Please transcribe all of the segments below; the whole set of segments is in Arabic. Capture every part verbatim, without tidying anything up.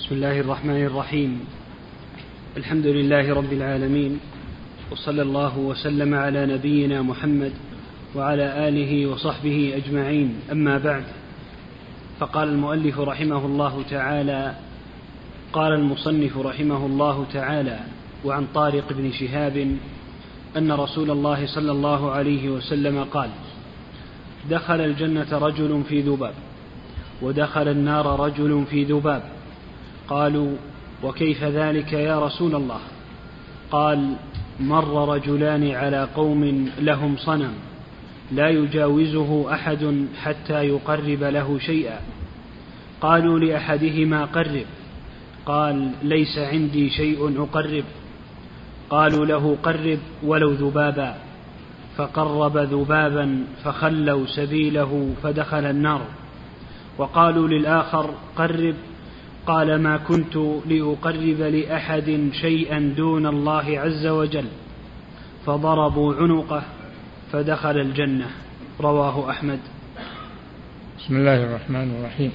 بسم الله الرحمن الرحيم. الحمد لله رب العالمين، وصلى الله وسلم على نبينا محمد وعلى آله وصحبه أجمعين، أما بعد. فقال المؤلف رحمه الله تعالى: قال المصنف رحمه الله تعالى: وعن طارق بن شهاب أن رسول الله صلى الله عليه وسلم قال: دخل الجنة رجل في ذباب، ودخل النار رجل في ذباب. قالوا: وكيف ذلك يا رسول الله؟ قال: مر رجلان على قوم لهم صنم لا يجاوزه أحد حتى يقرب له شيئا. قالوا لأحدهما: قرب. قال: ليس عندي شيء أقرب. قالوا له: قرب ولو ذبابا. فقرب ذبابا فخلوا سبيله فدخل النار. وقالوا للآخر: قرب. قال: ما كنت لأقرب لأحد شيئا دون الله عز وجل. فضربوا عنقه فدخل الجنة. رواه أحمد. بسم الله الرحمن الرحيم.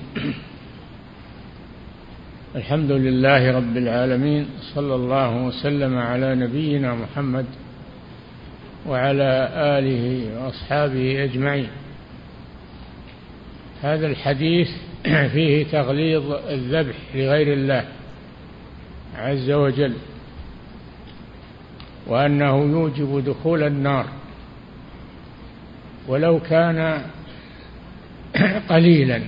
الحمد لله رب العالمين، صلى الله وسلم على نبينا محمد وعلى آله وأصحابه أجمعين. هذا الحديث فيه تغليظ الذبح لغير الله عز وجل، وأنه يوجب دخول النار ولو كان قليلا،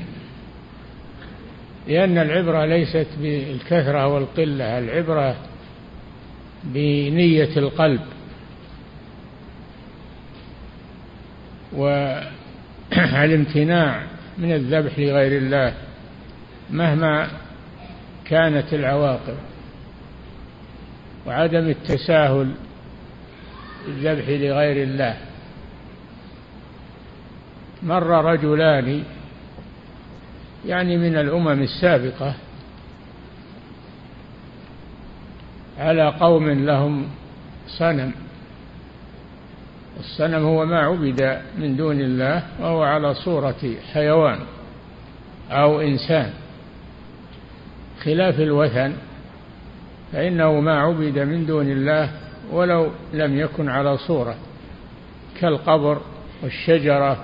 لأن العبرة ليست بالكثرة والقلة، العبرة بنية القلب والامتناع من الذبح لغير الله مهما كانت العواقب، وعدم التساهل بالذبح لغير الله. مر رجلان يعني من الأمم السابقة على قوم لهم صنم. الصنم هو ما عبد من دون الله، وهو على صورة حيوان أو إنسان، خلاف الوثن فإنه ما عبد من دون الله ولو لم يكن على صورة، كالقبر والشجرة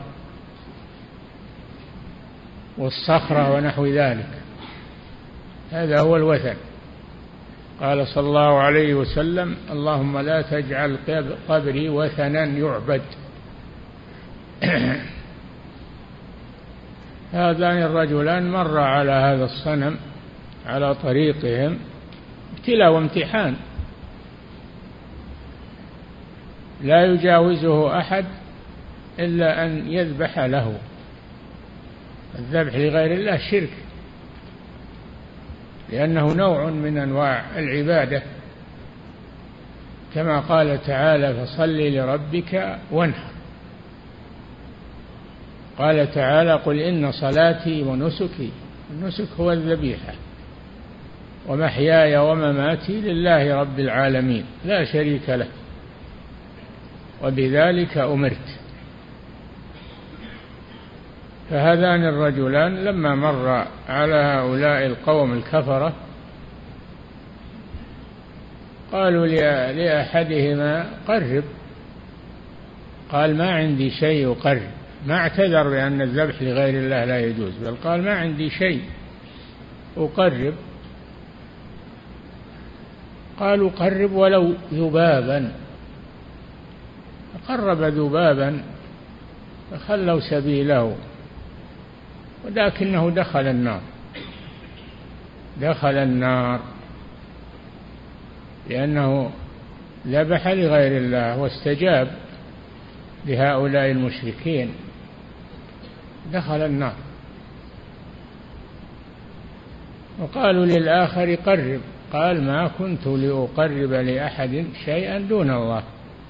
والصخرة ونحو ذلك. هذا هو الوثن. قال صلى الله عليه وسلم: اللهم لا تجعل قبري وثنا يعبد. هذان الرجلان مر على هذا الصنم على طريقهم، ابتلاء وامتحان، لا يجاوزه أحد إلا أن يذبح له. الذبح لغير الله شرك، لأنه نوع من أنواع العبادة، كما قال تعالى: فصل لربك وانحر. قال تعالى: قل إن صلاتي ونسكي، النسك هو الذبيحة، ومحياي ومماتي لله رب العالمين لا شريك له، وبذلك أمرت. فهذان الرجلان لما مر على هؤلاء القوم الكفرة قالوا لأحدهما: قرب. قال: ما عندي شيء أقرب. ما اعتذر بأن الذبح لغير الله لا يجوز، بل قال: ما عندي شيء أقرب. قالوا: قرب ولو ذبابا. فقرب ذبابا فخلوا سبيله، ولكنه دخل النار. دخل النار لأنه ذبح لغير الله واستجاب لهؤلاء المشركين، دخل النار. وقالوا للآخر: قرب. قال: ما كنت لأقرب لأحد شيئا دون الله.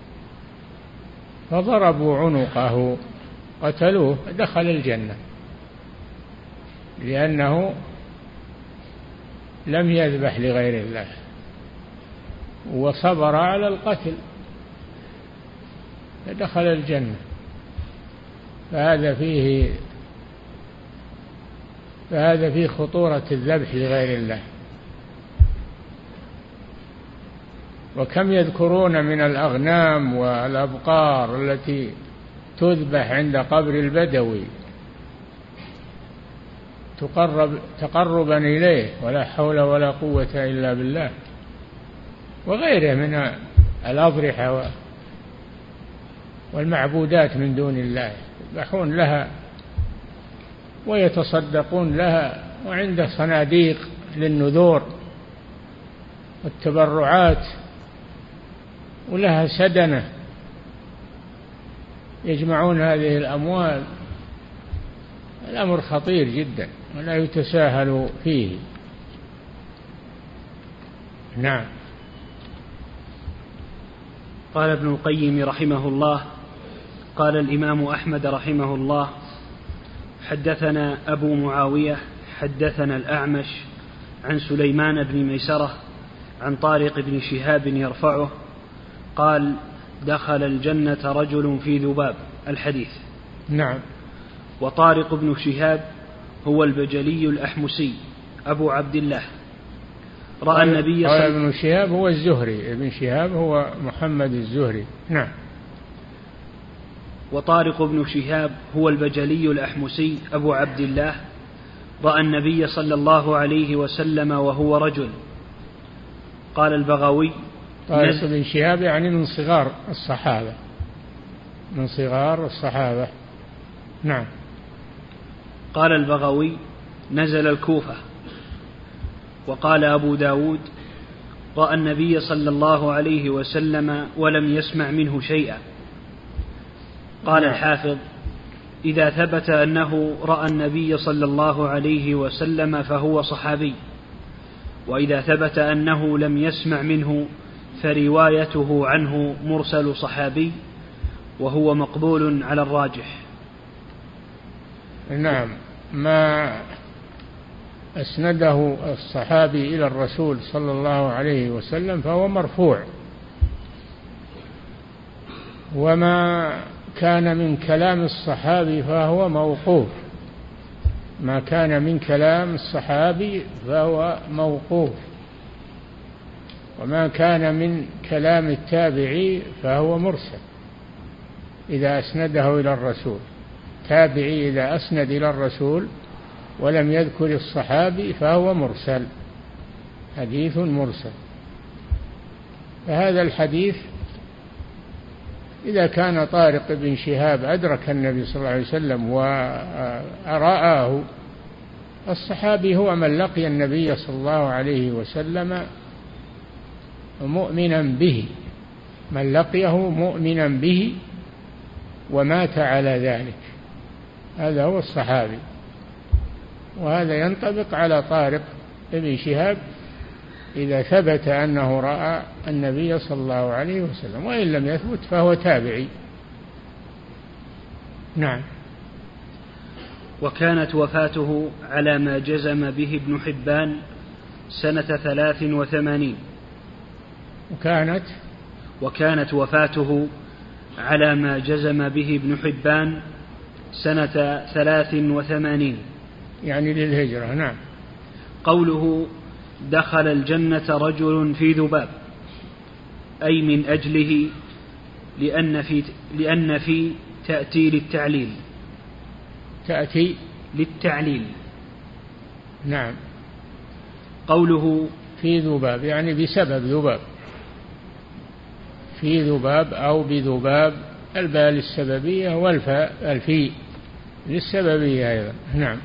فضربوا عنقه قتلوه، دخل الجنة، لأنه لم يذبح لغير الله وصبر على القتل، فدخل الجنة. فهذا فيه فهذا فيه خطورة الذبح لغير الله. وكم يذكرون من الأغنام والأبقار التي تذبح عند قبر البدوي تقرب تقربا إليه، ولا حول ولا قوة إلا بالله، وغيره من الأضرحة والمعبودات من دون الله يذبحون لها ويتصدقون لها، وعنده صناديق للنذور والتبرعات ولها سدنة يجمعون هذه الأموال. الأمر خطير جدا ولا يتساهل فيه. نعم. قال ابن القيم رحمه الله: قال الإمام أحمد رحمه الله: حدثنا أبو معاوية حدثنا الأعمش عن سليمان بن ميسرة عن طارق بن شهاب يرفعه قال: دخل الجنة رجل في ذباب. الحديث. نعم. وطارق بن شهاب هو البجلي الأحمسي أبو عبد الله، رأى النبي صلى الله عليه وسلم. ابن شهاب هو الزهري، ابن شهاب هو محمد الزهري. نعم. وطارق بن شهاب هو البجلي الأحمسي أبو عبد الله، رأى النبي صلى الله عليه وسلم وهو رجل. قال البغوي: طارق بن شهاب يعني من صغار الصحابة، من صغار الصحابة. نعم. قال البغوي: نزل الكوفة. وقال أبو داود: رأى النبي صلى الله عليه وسلم ولم يسمع منه شيئا. قال نعم. الحافظ: إذا ثبت أنه رأى النبي صلى الله عليه وسلم فهو صحابي، وإذا ثبت أنه لم يسمع منه فروايته عنه مرسل صحابي، وهو مقبول على الراجح. نعم. ما أسنده الصحابي إلى الرسول صلى الله عليه وسلم فهو مرفوع، وما كان من كلام الصحابي فهو موقوف، ما كان من كلام الصحابي فهو موقوف، وما كان من كلام التابعي فهو مرسل إذا أسنده إلى الرسول. تابعي إذا أسند إلى الرسول ولم يذكر الصحابي فهو مرسل، حديث مرسل. فهذا الحديث إذا كان طارق بن شهاب أدرك النبي صلى الله عليه وسلم ورآه، الصحابي هو من لقي النبي صلى الله عليه وسلم مؤمنا به، من لقيه مؤمنا به ومات على ذلك، هذا هو الصحابي. وهذا ينطبق على طارق بن شهاب إذا ثبت أنه رأى النبي صلى الله عليه وسلم، وإن لم يثبت فهو تابعي. نعم. وكانت وفاته على ما جزم به ابن حبان سنة ثلاث وثمانين. وكانت وكانت وفاته على ما جزم به ابن حبان سنة ثلاث وثمانين، يعني للهجرة. نعم. قوله: دخل الجنة رجل في ذباب، أي من أجله، لأن في, لأن في تأتي للتعليل، تأتي للتعليل. نعم. قوله في ذباب يعني بسبب ذباب، في ذباب أو بذباب، الباء للسببية والفاء الفي للسببية أيضا. نعم.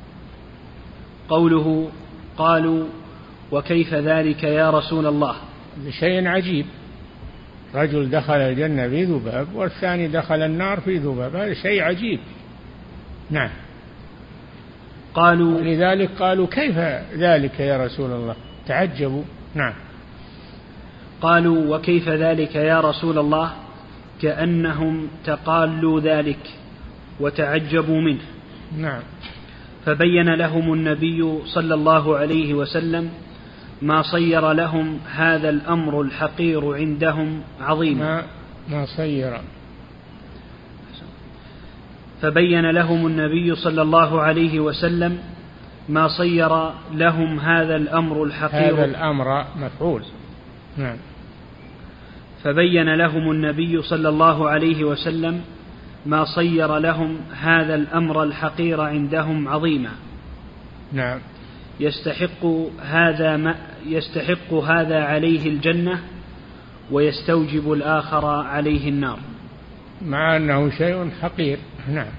قوله: قالوا: وكيف ذلك يا رسول الله؟ شيء عجيب، رجل دخل الجنة في ذباب والثاني دخل النار في ذباب، هذا شيء عجيب. نعم. قالوا: لذلك قالوا: كيف ذلك يا رسول الله؟ تعجبوا. نعم. قالوا: وكيف ذلك يا رسول الله؟ كأنهم تقالوا ذلك وتعجبوا منه. نعم. فبين لهم النبي صلى الله عليه وسلم ما صير لهم هذا الأمر الحقير عندهم عظيما. ما, ما صير فبين لهم النبي صلى الله عليه وسلم ما صير لهم هذا الأمر الحقير. هذا الأمر مفعول. نعم. فبين لهم النبي صلى الله عليه وسلم ما صير لهم هذا الأمر الحقير عندهم عظيما. نعم. يستحق هذا ما يستحق هذا عليه الجنة ويستوجب الآخر عليه النار، مع أنه شيء حقير. نعم.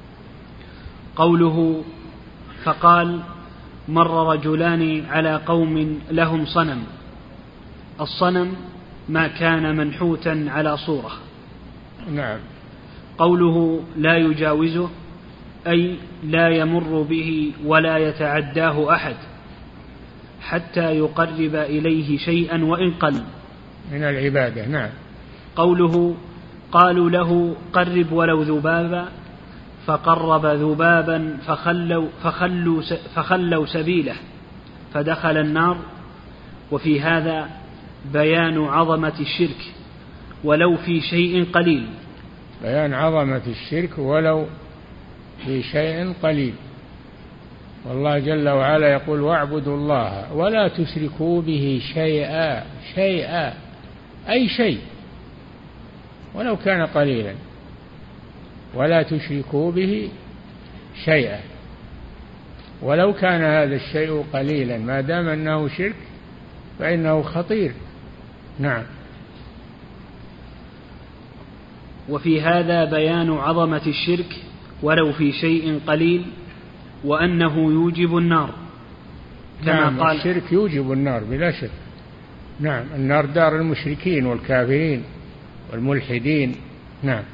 قوله فقال مر رجلان على قوم لهم صنم. الصنم ما كان منحوتا على صورة. نعم. قوله لا يجاوزه أي لا يمر به ولا يتعداه أحد حتى يقرب إليه شيئا وإن قل من العبادة. نعم. قوله قالوا له قرب ولو ذبابا فقرب ذبابا فخلوا, فخلوا, فخلوا سبيله فدخل النار. وفي هذا بيان عظمة الشرك ولو في شيء قليل. بيان عظمة الشرك ولو في شيء قليل. والله جل وعلا يقول واعبدوا الله ولا تشركوا به شيئا شيئا أي شيء ولو كان قليلا، ولا تشركوا به شيئا ولو كان هذا الشيء قليلا، ما دام أنه شرك فإنه خطير. نعم. وفي هذا بيان عظمة الشرك ولو في شيء قليل وأنه يوجب النار كما نعم. قال الشرك يوجب النار بلا شك. نعم. النار دار المشركين والكافرين والملحدين. نعم.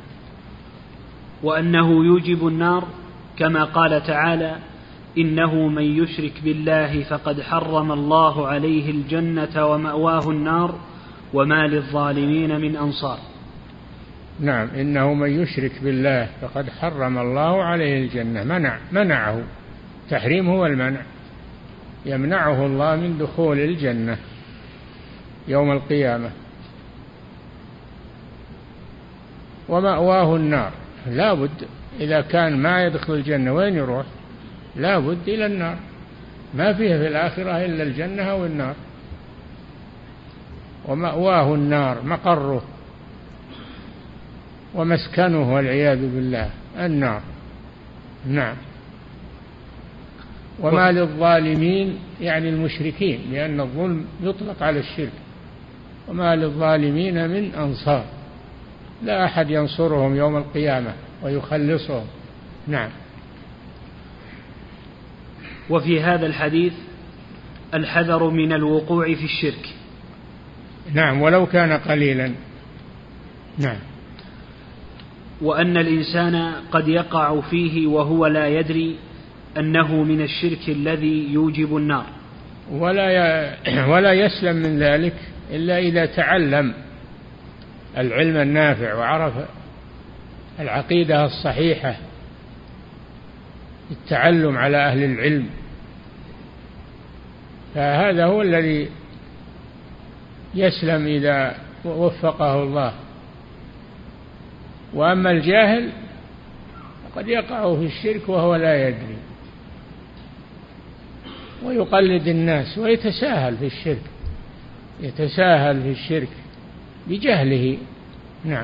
وأنه يوجب النار كما قال تعالى إنه من يشرك بالله فقد حرم الله عليه الجنة ومأواه النار وما للظالمين من أنصار. نعم. إنه من يشرك بالله فقد حرم الله عليه الجنة، منع منعه. تحريم هو المنع، يمنعه الله من دخول الجنة يوم القيامة. ومأواه النار، لا بد إذا كان ما يدخل الجنة وين يروح؟ لا بد إلى النار، ما فيها في الآخرة إلا الجنة أو النار. ومأواه النار، مقره ومسكنه والعياذ بالله النار. نعم. وما للظالمين يعني المشركين، لأن الظلم يطلق على الشرك. وما للظالمين من أنصار، لا أحد ينصرهم يوم القيامة ويخلصهم. نعم. وفي هذا الحديث الحذر من الوقوع في الشرك. نعم. ولو كان قليلا. نعم. وأن الإنسان قد يقع فيه وهو لا يدري أنه من الشرك الذي يوجب النار، ولا ي... ولا يسلم من ذلك إلا إذا تعلم العلم النافع وعرف العقيدة الصحيحة، التعلم على أهل العلم، فهذا هو الذي يسلم إذا وفقه الله. وأما الجاهل قد يقع في الشرك وهو لا يدري ويقلد الناس ويتساهل في الشرك، يتساهل في الشرك بجهله. نعم.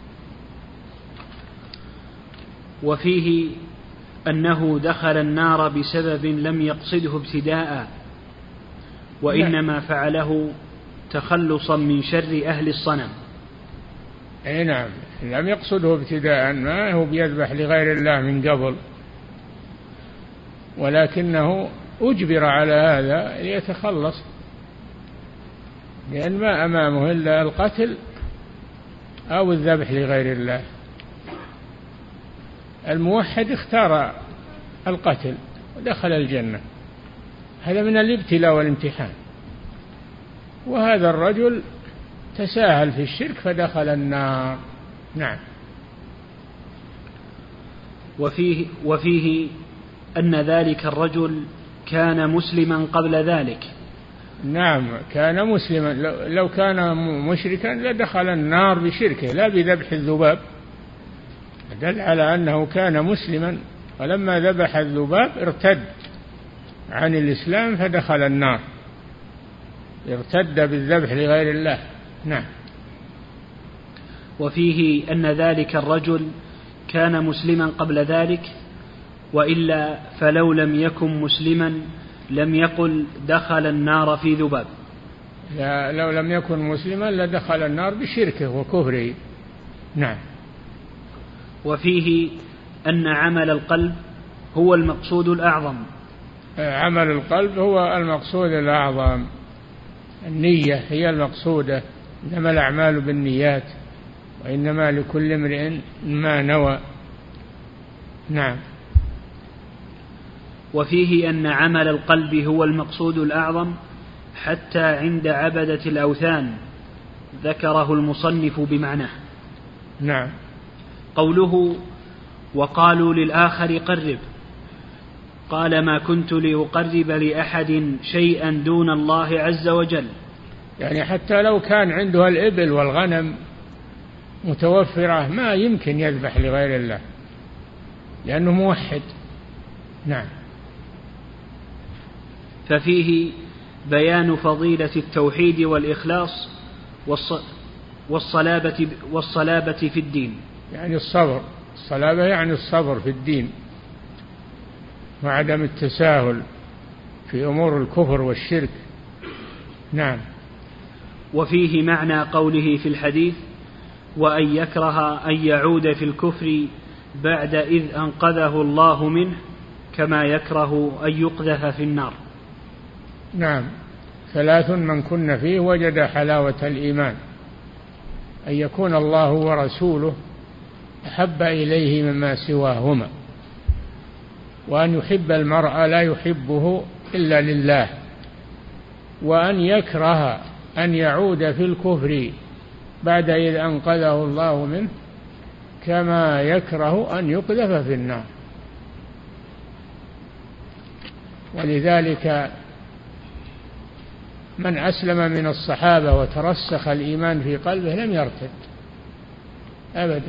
وفيه أنه دخل النار بسبب لم يقصده ابتداء، وإنما فعله تخلصا من شر أهل الصنم. أي نعم. لم يقصده ابتداء، ما هو بيذبح لغير الله من قبل، ولكنه أجبر على هذا ليتخلص، لأن ما أمامه إلا القتل أو الذبح لغير الله. الموحد اختار القتل ودخل الجنة، هذا من الابتلاء والامتحان. وهذا الرجل تساهل في الشرك فدخل النار. نعم. وفيه, وفيه أن ذلك الرجل كان مسلما قبل ذلك. نعم. كان مسلما، لو كان مشركا لدخل النار بشركه لا بذبح الذباب، دل على أنه كان مسلما، ولما ذبح الذباب ارتد عن الإسلام فدخل النار، ارتد بالذبح لغير الله. نعم. وفيه أن ذلك الرجل كان مسلما قبل ذلك، وإلا فلو لم يكن مسلما لم يقل دخل النار في ذباب. لو لم يكن مسلما لدخل النار بشركه وكفره. نعم. وفيه أن عمل القلب هو المقصود الأعظم. عمل القلب هو المقصود الأعظم، النية هي المقصودة، إنما الأعمال بالنيات وإنما لكل امرئ ما نوى. نعم. وفيه أن عمل القلب هو المقصود الأعظم حتى عند عبدة الأوثان، ذكره المصنف بمعناه. نعم. قوله وقالوا للآخر قرب، قال ما كنت لأقرب لأحد شيئا دون الله عز وجل، يعني حتى لو كان عنده الإبل والغنم متوفرة ما يمكن يذبح لغير الله لأنه موحد. نعم. ففيه بيان فضيلة التوحيد والإخلاص والصلابة, والصلابة في الدين، يعني الصبر، الصلابة يعني الصبر في الدين وعدم التساهل في أمور الكفر والشرك. نعم. وفيه معنى قوله في الحديث وأن يكره أن يعود في الكفر بعد إذ أنقذه الله منه كما يكره أن يقذف في النار. نعم. ثلاث من كن فيه وجد حلاوة الإيمان: أن يكون الله ورسوله أحب إليه مما سواهما، وأن يحب المرء لا يحبه إلا لله، وأن يكره أن يعود في الكفر بعد إذ أنقذه الله منه كما يكره أن يقذف في النار. ولذلك من أسلم من الصحابة وترسخ الإيمان في قلبه لم يرتد أبدا،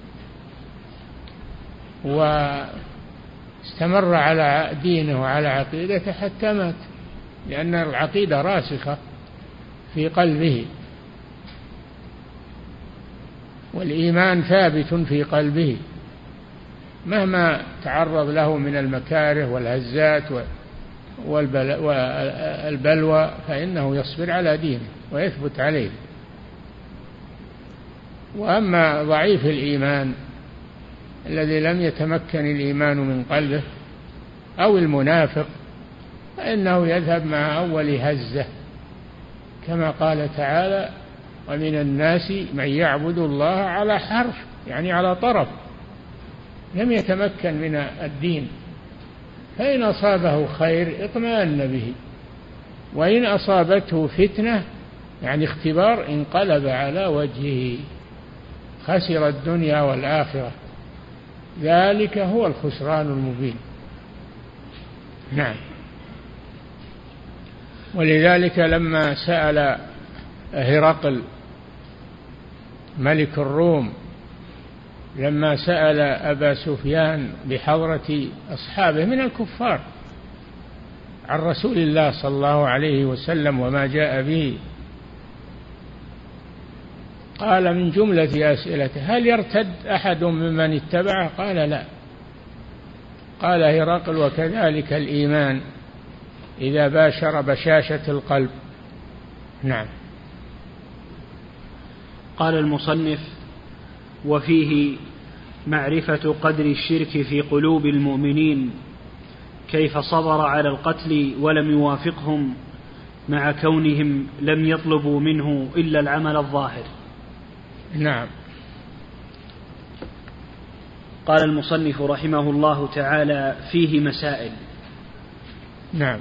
واستمر على دينه وعلى عقيدته حتى مات، لأن العقيدة راسخة في قلبه والإيمان ثابت في قلبه مهما تعرض له من المكاره والهزات والبلوى فإنه يصبر على دينه ويثبت عليه. وأما ضعيف الإيمان الذي لم يتمكن الإيمان من قلبه أو المنافق فإنه يذهب مع أول هزة، كما قال تعالى ومن الناس من يعبد الله على حرف، يعني على طرف، لم يتمكن من الدين، فإن أصابه خير اطمأن به، وإن أصابته فتنة يعني اختبار انقلب على وجهه، خسر الدنيا والآخرة، ذلك هو الخسران المبين. نعم. ولذلك لما سأل هرقل ملك الروم لما سأل أبا سفيان بحضرة أصحابه من الكفار عن رسول الله صلى الله عليه وسلم وما جاء به، قال من جملة أسئلته هل يرتد أحد ممن اتبعه؟ قال لا. قال هرقل وكذلك الإيمان إذا باشر بشاشة القلب. نعم. قال المصنف وفيه معرفة قدر الشرك في قلوب المؤمنين، كيف صبر على القتل ولم يوافقهم مع كونهم لم يطلبوا منه إلا العمل الظاهر. نعم. قال المصنف رحمه الله تعالى فيه مسائل. نعم.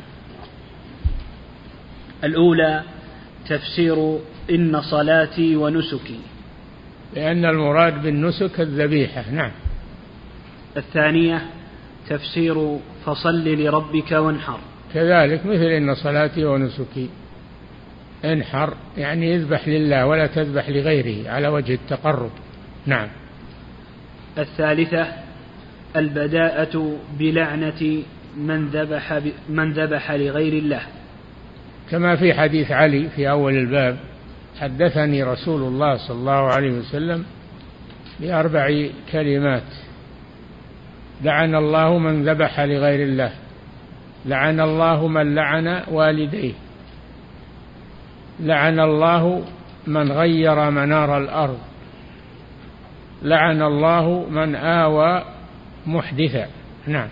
الأولى تفسير إن صلاتي ونسكي، لأن المراد بالنسك الذبيحة. نعم. الثانية تفسير فصل لربك وانحر، كذلك مثل إن صلاتي ونسكي، انحر يعني يذبح لله ولا تذبح لغيره على وجه التقرب. نعم. الثالثة البداءة بلعنة من ذبح من ذبح لغير الله، كما في حديث علي في أول الباب حدثني رسول الله صلى الله عليه وسلم بأربع كلمات: لعن الله من ذبح لغير الله، لعن الله من لعن والديه، لعن الله من غير منار الأرض، لعن الله من آوى محدثا. نعم.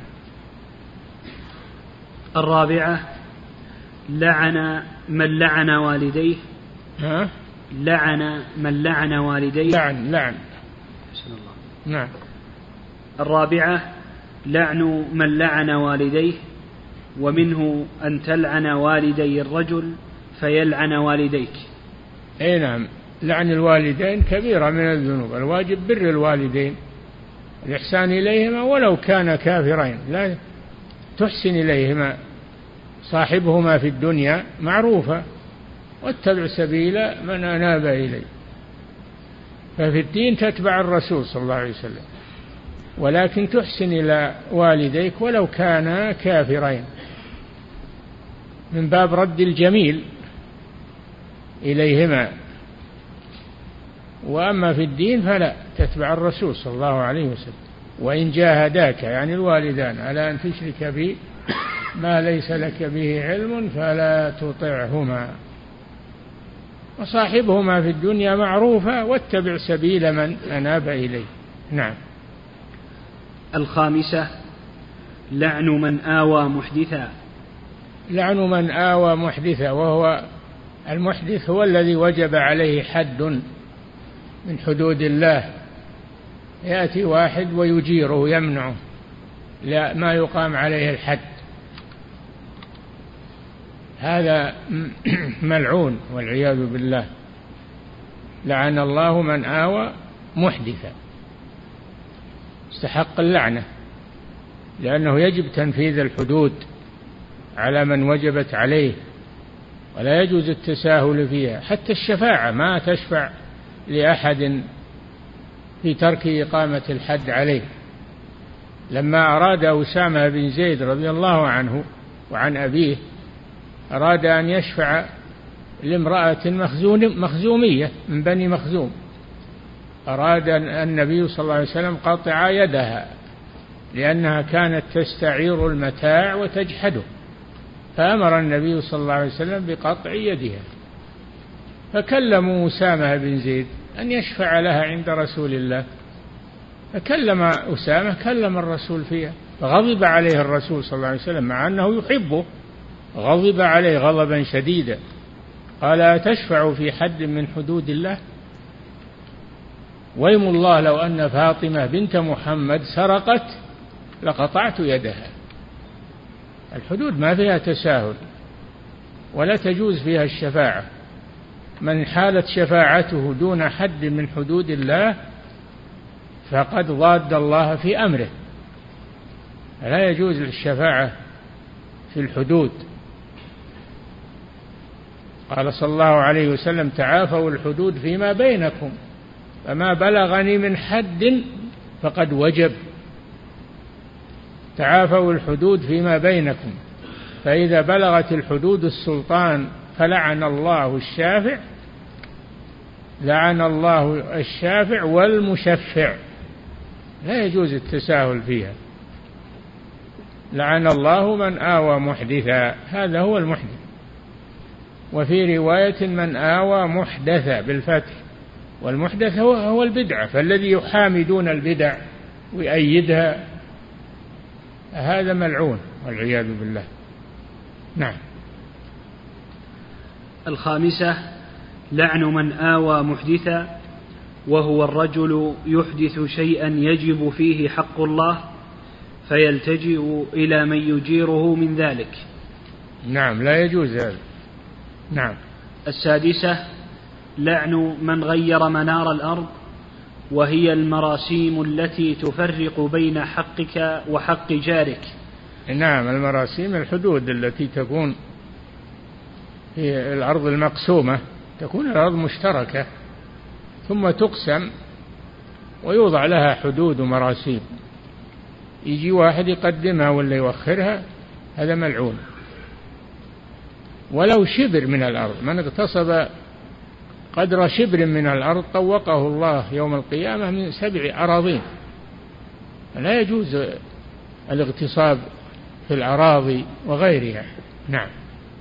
الرابعة: لعن من لعن والديه. ها؟ لعن من لعن والديه. لعن لعن بسم الله. نعم. الرابعة: لعن من لعن والديه، ومنه أن تلعن والدي الرجل فيلعن والديك. أي نعم، لعن الوالدين كبيرة من الذنوب. الواجب بر الوالدين، الإحسان إليهما ولو كان كافرين، لا تحسن إليهما، صاحبهما في الدنيا معروفة، واتبع سبيل من أناب إلي. ففي الدين تتبع الرسول صلى الله عليه وسلم، ولكن تحسن إلى والديك ولو كانا كافرين، من باب رد الجميل إليهما. وأما في الدين فلا، تتبع الرسول صلى الله عليه وسلم. وإن جاهداك، يعني الوالدان، على أن تشرك بي ما ليس لك به علم فلا تطعهما، وصاحبهما في الدنيا معروفة، واتبع سبيل من أناب إليه. نعم. الخامسة: لعن من آوى محدثا. لعن من آوى محدثا، وهو المحدث هو الذي وجب عليه حد من حدود الله، يأتي واحد ويجيره يمنعه، لا ما يقام عليه الحد، هذا ملعون والعياذ بالله. لعن الله من آوى محدثا، استحق اللعنة، لأنه يجب تنفيذ الحدود على من وجبت عليه، ولا يجوز التساهل فيها. حتى الشفاعة ما تشفع لأحد في ترك إقامة الحد عليه. لما أراد أسامة بن زيد رضي الله عنه وعن أبيه، أراد أن يشفع لامرأة مخزومية من بني مخزوم، أراد النبي صلى الله عليه وسلم قطع يدها لأنها كانت تستعير المتاع وتجحده، فأمر النبي صلى الله عليه وسلم بقطع يدها. فكلموا أسامة بن زيد أن يشفع لها عند رسول الله، فكلم أسامة كلم الرسول فيها، فغضب عليه الرسول صلى الله عليه وسلم مع أنه يحبه، غضب عليه غضبا شديدا، قال: أتشفع في حد من حدود الله؟ ويم الله لو أن فاطمة بنت محمد سرقت لقطعت يدها. الحدود ما فيها تساهل، ولا تجوز فيها الشفاعة. من حالت شفاعته دون حد من حدود الله فقد ضاد الله في أمره، لا يجوز الشفاعة في الحدود. قال صلى الله عليه وسلم: تعافوا الحدود فيما بينكم، فما بلغني من حد فقد وجب. تعافوا الحدود فيما بينكم، فإذا بلغت الحدود السلطان فلعن الله الشافع، لعن الله الشافع والمشفع، لا يجوز التساهل فيها. لعن الله من آوى محدثا، هذا هو المحدث. وفي رواية من آوى محدثا بالفتح، والمحدث هو, هو البدعة، فالذي يحامدون البدع ويؤيدها هذا ملعون والعياذ بالله. نعم. الخامسة: لعن من آوى محدثا، وهو الرجل يحدث شيئا يجب فيه حق الله فيلتجئ إلى من يجيره من ذلك. نعم، لا يجوز هذا. نعم. السادسة: لعن من غير منار الأرض، وهي المراسيم التي تفرق بين حقك وحق جارك. نعم، المراسيم الحدود التي تكون في الأرض المقسومة، تكون الأرض مشتركة ثم تقسم ويوضع لها حدود ومراسيم، يجي واحد يقدمها ولا يوخرها، هذا ملعون. ولو شبر من الأرض، من اغتصب قدر شبر من الأرض طوقه الله يوم القيامة من سبع أراضين. لا يجوز الاغتصاب في الأراضي وغيرها. نعم.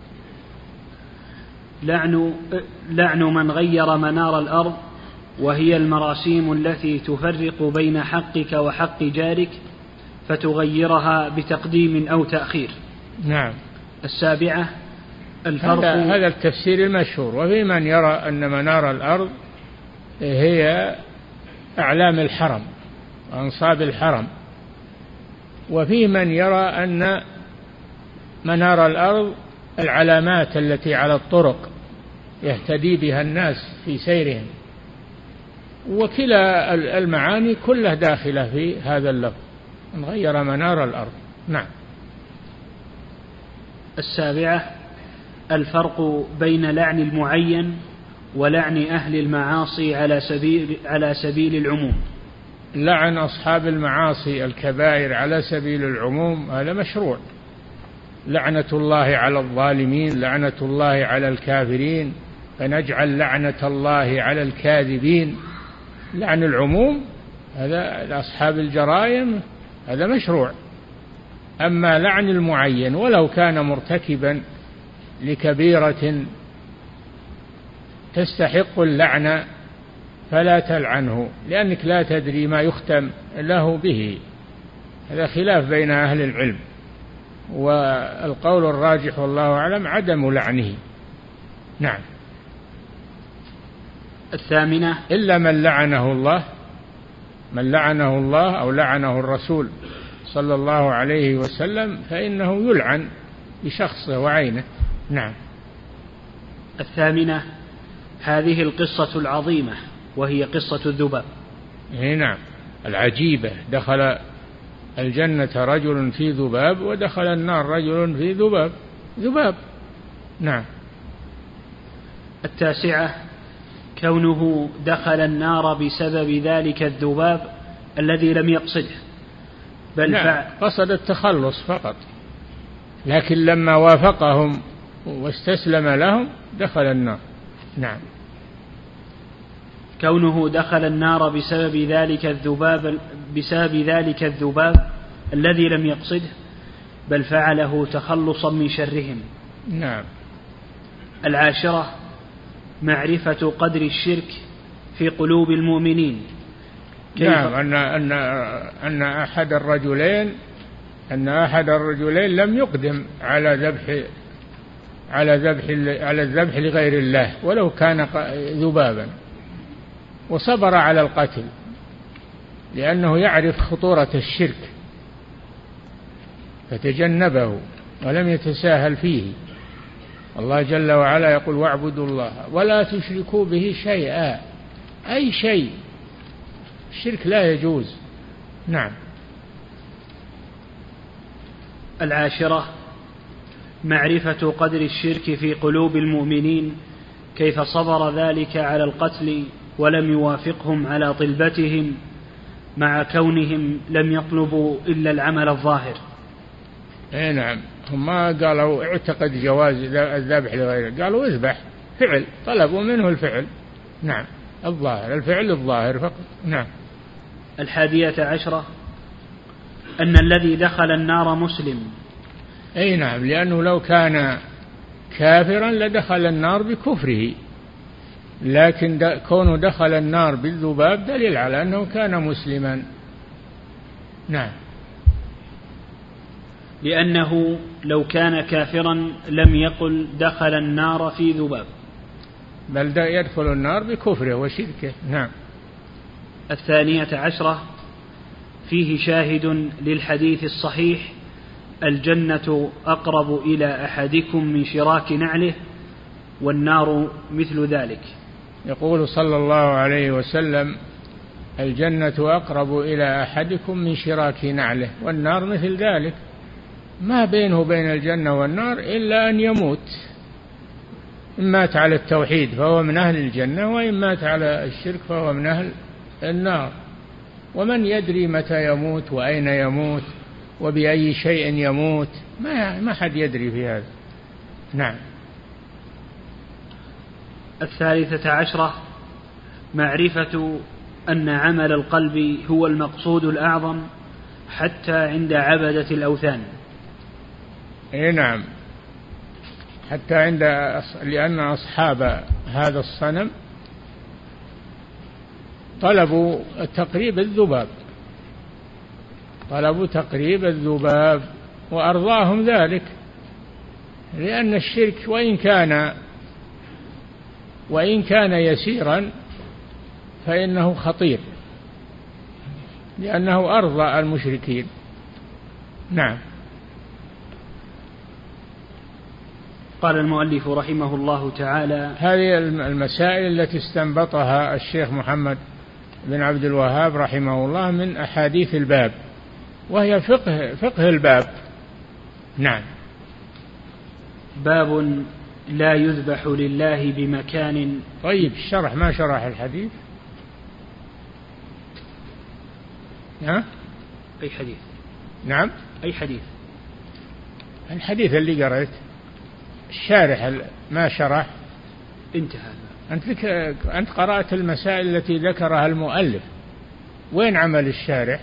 لعن لعن من غير منار الأرض، وهي المراسيم التي تفرق بين حقك وحق جارك فتغيرها بتقديم أو تأخير. نعم. السابعة الفرق. هذا, هذا التفسير المشهور. وفي من يرى أن منار الأرض هي أعلام الحرم وأنصاب الحرم، وفي من يرى أن منار الأرض العلامات التي على الطرق يهتدي بها الناس في سيرهم. وكلا المعاني كلها داخلة في هذا اللفظ، من غير منار الأرض. نعم. السابعة الفرق بين لعن المعين ولعن أهل المعاصي على سبيل على سبيل العموم. لعن أصحاب المعاصي الكبائر على سبيل العموم هذا مشروع. لعنة الله على الظالمين، لعنة الله على الكافرين، فنجعل لعنة الله على الكاذبين. لعن العموم هذا لأصحاب الجرائم هذا مشروع. أما لعن المعين ولو كان مرتكبا لكبيرة تستحق اللعنة فلا تلعنه، لأنك لا تدري ما يختم له به. هذا خلاف بين أهل العلم، والقول الراجح والله أعلم عدم لعنه. نعم. الثامنة إلا من لعنه الله، من لعنه الله أو لعنه الرسول صلى الله عليه وسلم فإنه يلعن بشخصه وعينه. نعم. الثامنة هذه القصة العظيمة وهي قصة الذباب. نعم العجيبة. دخل الجنة رجل في ذباب ودخل النار رجل في ذباب. ذباب. نعم. التاسعة كونه دخل النار بسبب ذلك الذباب الذي لم يقصده، بل نعم قصد التخلص فقط، لكن لما وافقهم واستسلم لهم دخل النار. نعم. كونه دخل النار بسبب ذلك الذباب بسبب ذلك الذباب الذي لم يقصده، بل فعله تخلصا من شرهم. نعم. العاشرة معرفة قدر الشرك في قلوب المؤمنين. نعم أن أن أن أحد الرجلين أن أحد الرجلين لم يقدم على ذبح على ذبح على الذبح لغير الله ولو كان ذبابا، وصبر على القتل لأنه يعرف خطورة الشرك فتجنبه ولم يتساهل فيه. الله جل وعلا يقول واعبدوا الله ولا تشركوا به شيئا، أي شيء. الشرك لا يجوز. نعم. العاشرة معرفة قدر الشرك في قلوب المؤمنين، كيف صبر ذلك على القتل ولم يوافقهم على طلبتهم مع كونهم لم يطلبوا إلا العمل الظاهر. اي نعم. هم ما قالوا اعتقد جواز الذبح لغيره، قالوا اذبح. فعل، طلبوا منه الفعل. نعم. الظاهر، الفعل الظاهر فقط. نعم. الحادية عشرة أن الذي دخل النار مسلم. اي نعم، لأنه لو كان كافرا لدخل النار بكفره، لكن كونه دخل النار بالذباب دليل على أنه كان مسلما. نعم. لأنه لو كان كافرا لم يقل دخل النار في ذباب، بل يدخل النار بكفره وشركه. نعم. الثانية عشرة فيه شاهد للحديث الصحيح الجنة أقرب إلى أحدكم من شراك نعله والنار مثل ذلك. يقول صلى الله عليه وسلم الجنة أقرب إلى أحدكم من شراك نعله والنار مثل ذلك. ما بينه بين الجنة والنار إلا أن يموت، إن مات على التوحيد فهو من أهل الجنة، وإن مات على الشرك فهو من أهل النار. ومن يدري متى يموت وأين يموت وبأي شيء يموت؟ ما ما حد يدري في هذا. نعم. الثالثة عشرة معرفة أن عمل القلب هو المقصود الأعظم حتى عند عبدة الأوثان. أي نعم، حتى عند، لأن أصحاب هذا الصنم طلبوا تقريب الذباب، طلبوا تقريب الذباب وأرضاهم ذلك، لأن الشرك وإن كان وإن كان يسيرا فإنه خطير، لأنه أرضى المشركين. نعم. قال المؤلف رحمه الله تعالى: هذه المسائل التي استنبطها الشيخ محمد بن عبد الوهاب رحمه الله من أحاديث الباب، وهي فقه فقه الباب. نعم. باب لا يذبح لله بمكان. طيب، الشرح ما شرح الحديث؟ ها؟ أي حديث؟ نعم، أي حديث؟ الحديث اللي قرأت الشارح ما شرح. انتهى. أنت لك أنت قرأت المسائل التي ذكرها المؤلف، وين عمل الشارح؟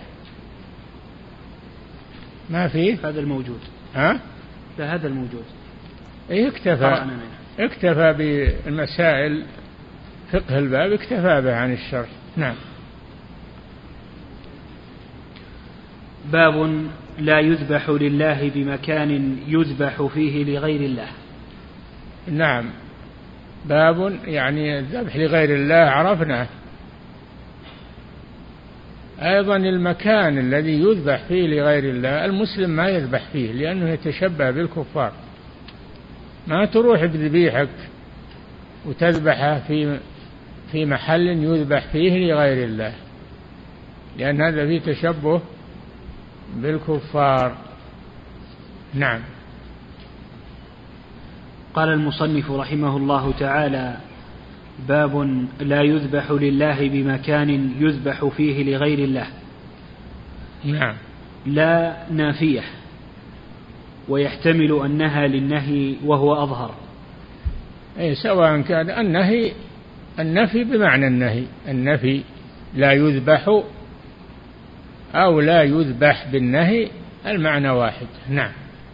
ما فيه هذا الموجود. ها؟ لا، هذا الموجود. إيه، اكتفى اكتفى بالمسائل فقه الباب، اكتفى به عن الشرح. نعم. باب لا يذبح لله بمكان يذبح فيه لغير الله. نعم، باب يعني الذبح لغير الله عرفناه. أيضا المكان الذي يذبح فيه لغير الله المسلم ما يذبح فيه، لأنه يتشبه بالكفار. ما تروح بذبيحك وتذبحه في في محل يذبح فيه لغير الله، لأن هذا فيه تشبه بالكفار. نعم. قال المصنف رحمه الله تعالى: باب لا يذبح لله بمكان يذبح فيه لغير الله. نعم. لا نافية، ويحتمل أنها للنهي وهو أظهر. أي، سواء كان النهي النفي بمعنى النهي، النفي لا يذبح أو لا يذبح بالنهي، المعنى واحد. نعم.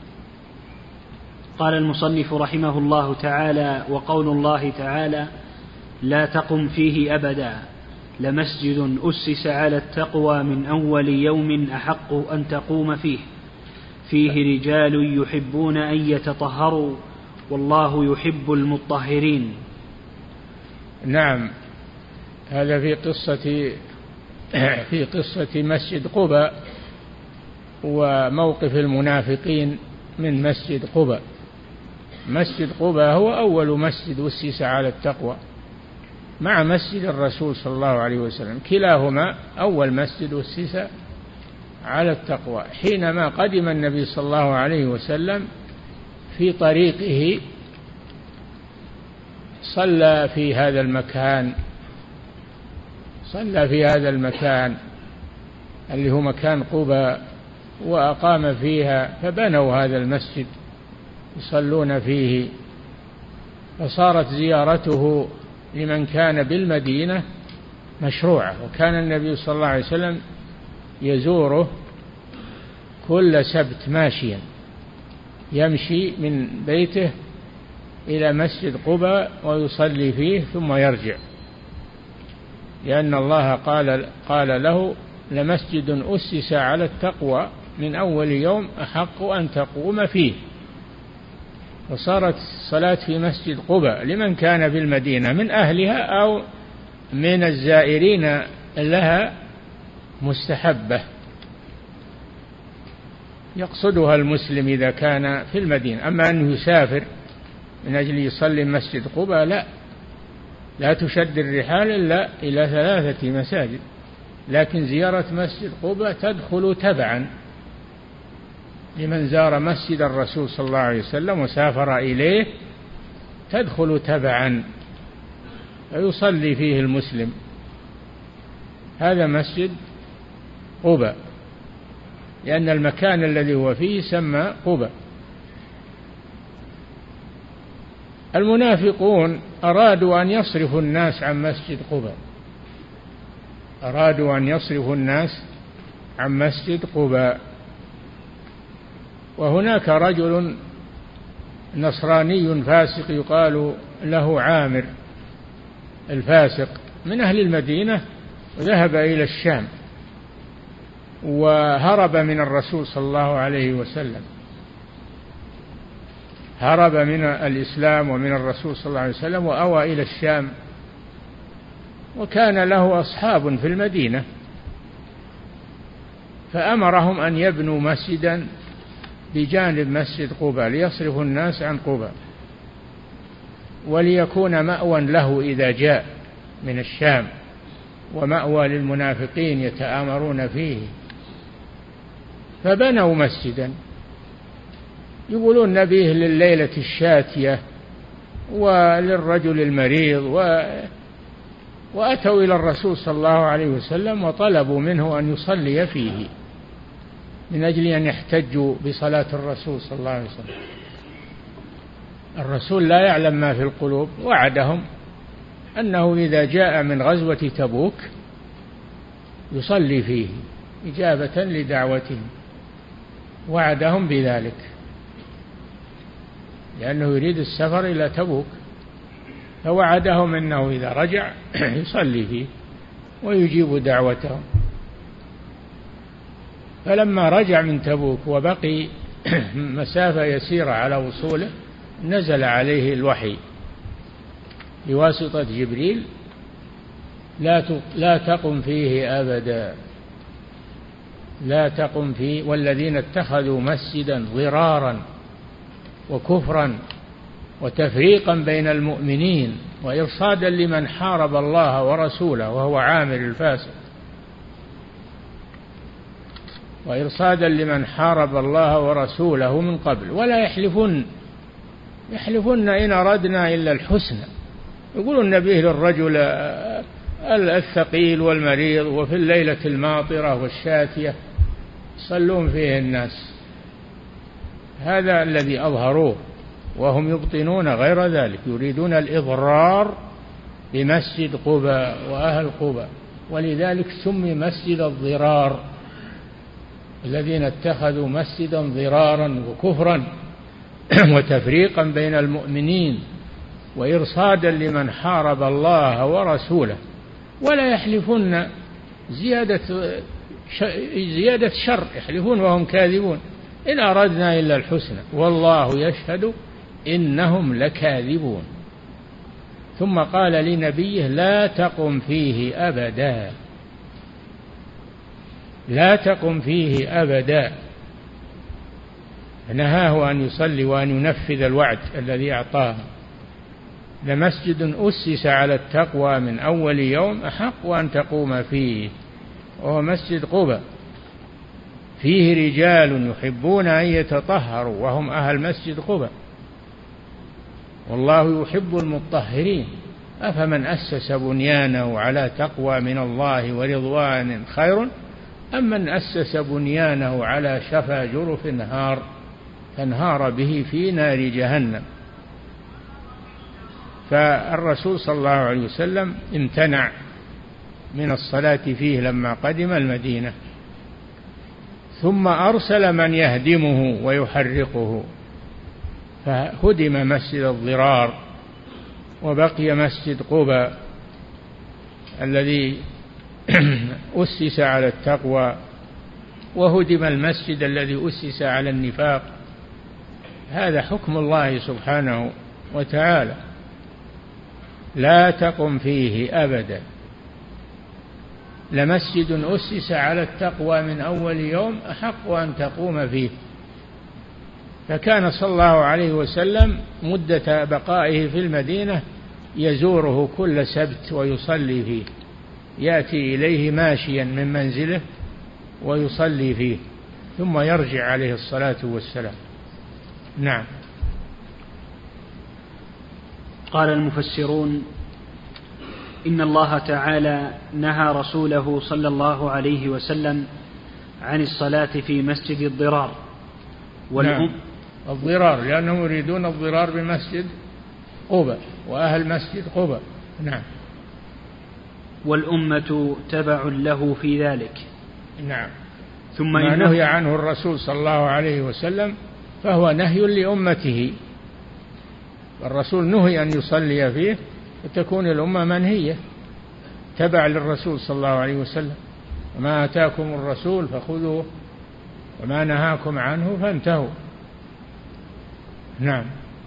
قال المصنف رحمه الله تعالى: وقول الله تعالى: لا تقم فيه أبدا لمسجد أسس على التقوى من أول يوم أحق أن تقوم فيه فيه رجال يحبون أن يتطهروا والله يحب المطهرين. نعم، هذا في قصة في قصة مسجد قباء وموقف المنافقين من مسجد قباء. مسجد قباء هو أول مسجد أسس على التقوى مع مسجد الرسول صلى الله عليه وسلم، كلاهما أول مسجد أسس على التقوى. حينما قدم النبي صلى الله عليه وسلم في طريقه صلى في هذا المكان صلى في هذا المكان اللي هو مكان قباء، وأقام فيها، فبنوا هذا المسجد يصلون فيه، فصارت زيارته لمن كان بالمدينة مشروعة. وكان النبي صلى الله عليه وسلم يزوره كل سبت ماشيا، يمشي من بيته إلى مسجد قباء ويصلي فيه ثم يرجع، لأن الله قال قال له: لمسجد أسس على التقوى من أول يوم أحق أن تقوم فيه. وصارت الصلاة في مسجد قباء لمن كان بالمدينة من أهلها أو من الزائرين لها مستحبة يقصدها المسلم إذا كان في المدينة. أما أنه يسافر من أجل يصلي مسجد قباء لا لا تشد الرحال إلا إلى ثلاثة مساجد، لكن زيارة مسجد قباء تدخل تبعا لمن زار مسجد الرسول صلى الله عليه وسلم وسافر إليه، تدخل تبعا ويصلي فيه المسلم. هذا مسجد قباء لأن المكان الذي هو فيه سمى قباء. المنافقون أرادوا أن يصرفوا الناس عن مسجد قباء، أرادوا أن يصرفوا الناس عن مسجد قباء. وهناك رجل نصراني فاسق يقال له عامر الفاسق من أهل المدينة، ذهب إلى الشام وهرب من الرسول صلى الله عليه وسلم، هرب من الإسلام ومن الرسول صلى الله عليه وسلم وأوى إلى الشام، وكان له أصحاب في المدينة، فأمرهم أن يبنوا مسجدا بجانب مسجد قباء ليصرفوا الناس عن قباء وليكون مأوى له إذا جاء من الشام، ومأوى للمنافقين يتآمرون فيه. فبنوا مسجدا يقولون نبيه لليلة الشاتية وللرجل المريض، و... وأتوا إلى الرسول صلى الله عليه وسلم وطلبوا منه أن يصلي فيه من أجل أن يحتجوا بصلاة الرسول صلى الله عليه وسلم. الرسول لا يعلم ما في القلوب، وعدهم أنه إذا جاء من غزوة تبوك يصلي فيه إجابة لدعوتهم، وعدهم بذلك لأنه يريد السفر إلى تبوك، فوعدهم أنه إذا رجع يصلي فيه ويجيب دعوتهم. فلما رجع من تبوك وبقي مسافة يسيرة على وصوله نزل عليه الوحي بواسطة جبريل: لا لا تقم فيه أبدا، لا تقم فيه، والذين اتخذوا مسجدا ضرارا وكفرا وتفريقا بين المؤمنين وإرصادا لمن حارب الله ورسوله وهو عامر الفاسق، وإرصادا لمن حارب الله ورسوله من قبل، ولا يحلفن يحلفن إن أردنا إلا الحسنى. يقول النبي للرجل الثقيل والمريض وفي الليلة الماطرة والشاتية يصلون فيه الناس، هذا الذي أظهروه، وهم يبطنون غير ذلك، يريدون الإضرار بمسجد قباء وأهل قباء، ولذلك سمي مسجد الضرار، الذين اتخذوا مسجدا ضرارا وكفرا وتفريقا بين المؤمنين وإرصادا لمن حارب الله ورسوله. ولا يحلفون زيادة زيادة شر، يحلفون وهم كاذبون، إن أردنا إلا الحسنى والله يشهد إنهم لكاذبون. ثم قال لنبيه: لا تقم فيه أبدا، لا تقم فيه أبدا، نهاه أن يصلي وأن ينفذ الوعد الذي أعطاه. لمسجد أسس على التقوى من أول يوم أحق أن تقوم فيه، وهو مسجد قباء، فيه رجال يحبون أن يتطهروا وهم أهل مسجد قباء، والله يحب المطهرين. أفمن أسس بنيانه على تقوى من الله ورضوان خير أم من أسس بنيانه على شفا جرف نهار فانهار به في نار جهنم. فالرسول صلى الله عليه وسلم امتنع من الصلاة فيه لما قدم المدينة، ثم أرسل من يهدمه ويحرقه، فهدم مسجد الضرار وبقي مسجد قباء الذي أسس على التقوى، وهدم المسجد الذي أسس على النفاق. هذا حكم الله سبحانه وتعالى: لا تقم فيه أبدا. لمسجد أسس على التقوى من أول يوم أحق أن تقوم فيه. فكان صلى الله عليه وسلم مدة بقائه في المدينة يزوره كل سبت ويصلي فيه، يأتي إليه ماشيا من منزله ويصلي فيه، ثم يرجع عليه الصلاة والسلام. نعم. قال المفسرون: إن الله تعالى نهى رسوله صلى الله عليه وسلم عن الصلاة في مسجد الضرار والأم. نعم. الضرار، لأنهم يريدون الضرار بمسجد قباء وأهل مسجد قباء. نعم. والأمة تبع له في ذلك. نعم. ثم ما نهي عنه الرسول صلى الله عليه وسلم فهو نهي لأمته، الرسول نهي أن يصلي فيه وتكون الأمة منهية تبع للرسول صلى الله عليه وسلم. وما آتاكم الرسول فخذوه وما نهاكم عنه فانتهوا. نعم.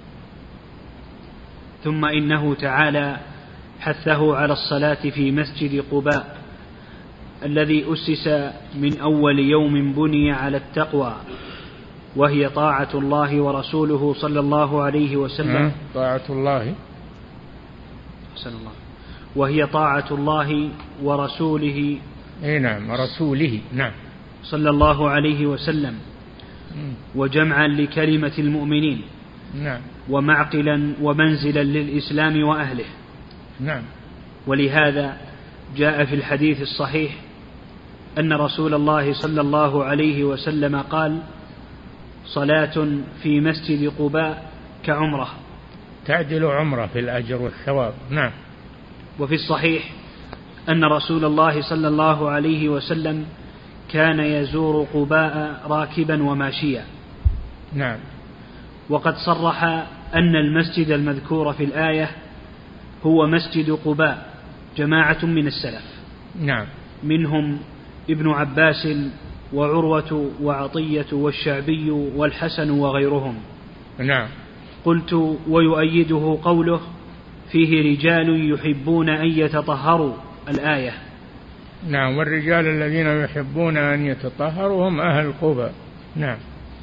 ثم إنه تعالى حثه على الصلاة في مسجد قباء الذي أسس من أول يوم بني على التقوى، وهي طاعة الله ورسوله صلى الله عليه وسلم. طاعة الله الله وهي طاعة الله ورسوله. اي نعم، رسوله. نعم. صلى الله عليه وسلم، وجمعا لكلمة المؤمنين. نعم. ومعقلا ومنزلا للإسلام وأهله. نعم. ولهذا جاء في الحديث الصحيح أن رسول الله صلى الله عليه وسلم قال: صلاة في مسجد قباء كعمرة، تعدل عمرة في الأجر والثواب. نعم. وفي الصحيح أن رسول الله صلى الله عليه وسلم كان يزور قباء راكبا وماشيا. نعم. وقد صرح أن المسجد المذكور في الآية هو مسجد قباء جماعة من السلف. نعم. منهم ابن عباس وعروة وعطية والشعبي والحسن وغيرهم. نعم. قلت: ويؤيده قوله: فيه رجال يحبون أن يتطهروا، الآية. نعم. والرجال الذين يحبون أن يتطهروا هم أهل قباء. نعم.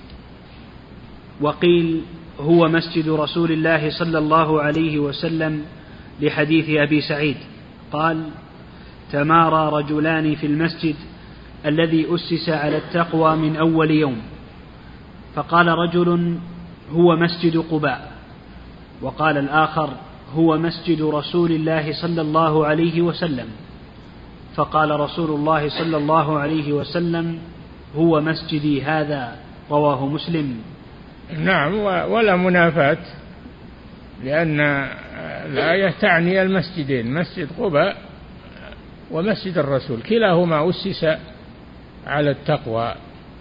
وقيل هو مسجد رسول الله صلى الله عليه وسلم لحديث أبي سعيد قال: تمارى رجلان في المسجد الذي أسس على التقوى من أول يوم، فقال رجل: هو مسجد قباء، وقال الآخر: هو مسجد رسول الله صلى الله عليه وسلم، فقال رسول الله صلى الله عليه وسلم: هو مسجدي هذا، رواه مسلم. نعم. ولا منافاة، لأن الآية تعني المسجدين، مسجد قباء ومسجد الرسول، كلاهما أسس على التقوى.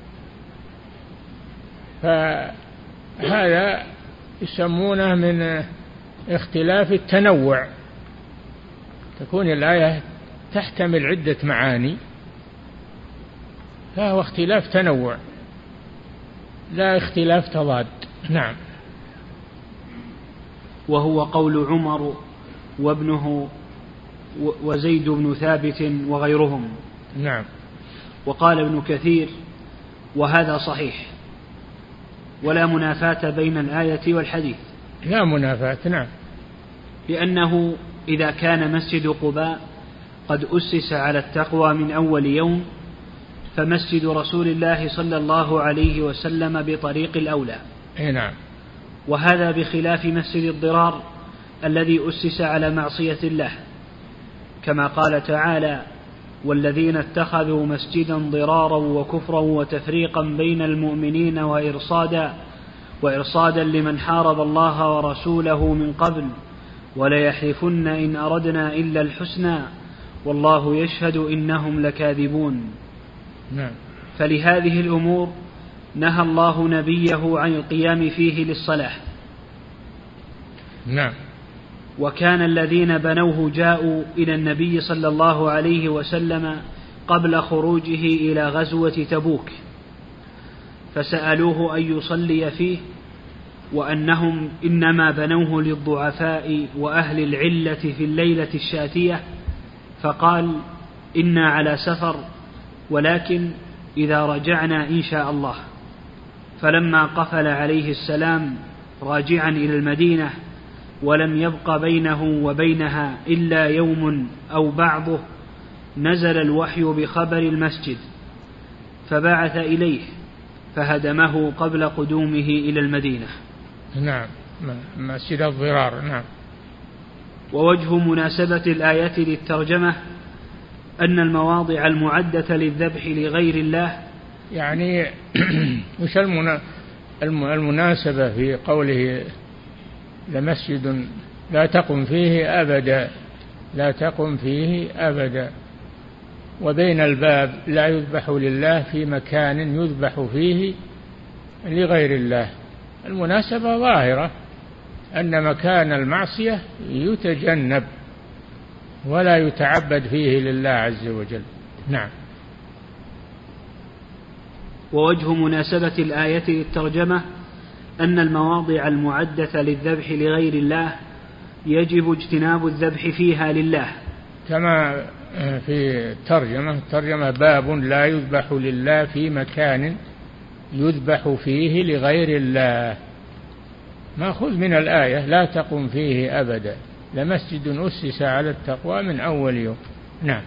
فهذا يسمونه من اختلاف التنوع، تكون الآية تحتمل عدة معاني، فهو اختلاف تنوع لا اختلاف تضاد. نعم. وهو قول عمر وابنه وزيد بن ثابت وغيرهم. نعم. وقال ابن كثير: وهذا صحيح، ولا منافاة بين الآية والحديث. لا منافاة. نعم. لأنه إذا كان مسجد قباء قد أسس على التقوى من أول يوم، فمسجد رسول الله صلى الله عليه وسلم بطريق الأولى. نعم. وهذا بخلاف مسجد الضرار الذي أسس على معصية الله، كما قال تعالى: والذين اتخذوا مسجدا ضرارا وكفرا وتفريقا بين المؤمنين وإرصادا وإرصادا لمن حارب الله ورسوله من قبل وليحلفن إن أردنا إلا الحسنى والله يشهد إنهم لكاذبون. نعم. فلهذه الأمور نهى الله نبيه عن القيام فيه للصلاة. نعم. وكان الذين بنوه جاءوا إلى النبي صلى الله عليه وسلم قبل خروجه إلى غزوة تبوك، فسألوه أن يصلي فيه، وأنهم إنما بنوه للضعفاء وأهل العلة في الليلة الشاتية، فقال: إنا على سفر، ولكن إذا رجعنا إن شاء الله. فلما قفل عليه السلام راجعا إلى المدينة ولم يبق بينه وبينها إلا يوم أو بعضه، نزل الوحي بخبر المسجد فبعث إليه فهدمه قبل قدومه إلى المدينة. نعم. مسجد الضرار. نعم. ووجه مناسبة الآية للترجمة أن المواضع المعدة للذبح لغير الله، يعني مش المناسبة في قوله لمسجد لا تقم فيه أبدا، لا تقم فيه أبدا. وبين الباب لا يذبح لله في مكان يذبح فيه لغير الله. المناسبة ظاهرة أن مكان المعصية يتجنب ولا يتعبد فيه لله عز وجل. نعم. ووجه مناسبة الآية للترجمة أن المواضع المعدة للذبح لغير الله يجب اجتناب الذبح فيها لله، كما في الترجمة الترجمة باب لا يذبح لله في مكان يذبح فيه لغير الله، مأخوذ من الآية لا تقم فيه أبدا، لمسجد أسس على التقوى من أول يوم. نعم.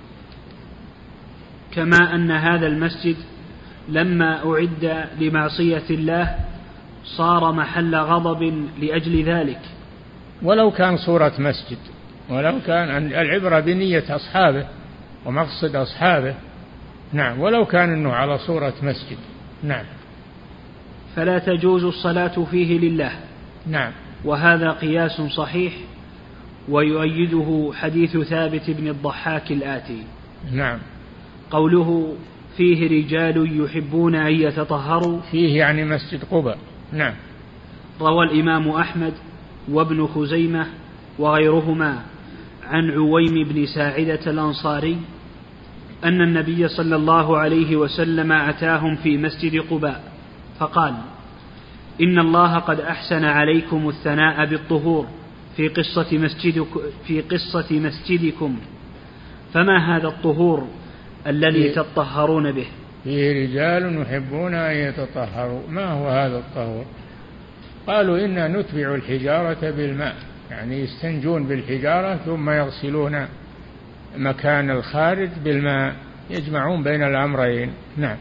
كما أن هذا المسجد لما أعد لمعصية الله صار محل غضب لأجل ذلك، ولو كان صورة مسجد، ولو كان العبرة بنية أصحابه ومقصد أصحابه. نعم. ولو كان أنه على صورة مسجد. نعم. فلا تجوز الصلاة فيه لله. نعم. وهذا قياس صحيح، ويؤيده حديث ثابت بن الضحاك الآتي. نعم. قوله فيه رجال يحبون أن يتطهروا، فيه يعني مسجد قباء. نعم. روى الإمام أحمد وابن خزيمة وغيرهما عن عويم بن ساعدة الأنصاري أن النبي صلى الله عليه وسلم أتاهم في مسجد قباء فقال: إن الله قد أحسن عليكم الثناء بالطهور في قصة مسجدكم, في قصة مسجدكم، فما هذا الطهور الذي تطهرون به؟ فيه رجال يحبون أن يتطهروا. ما هو هذا الطهور؟ قالوا إنا نتبع الحجارة بالماء، يعني يستنجون بالحجارة ثم يغسلون مكان الخارج بالماء، يجمعون بين الأمرين. نعم.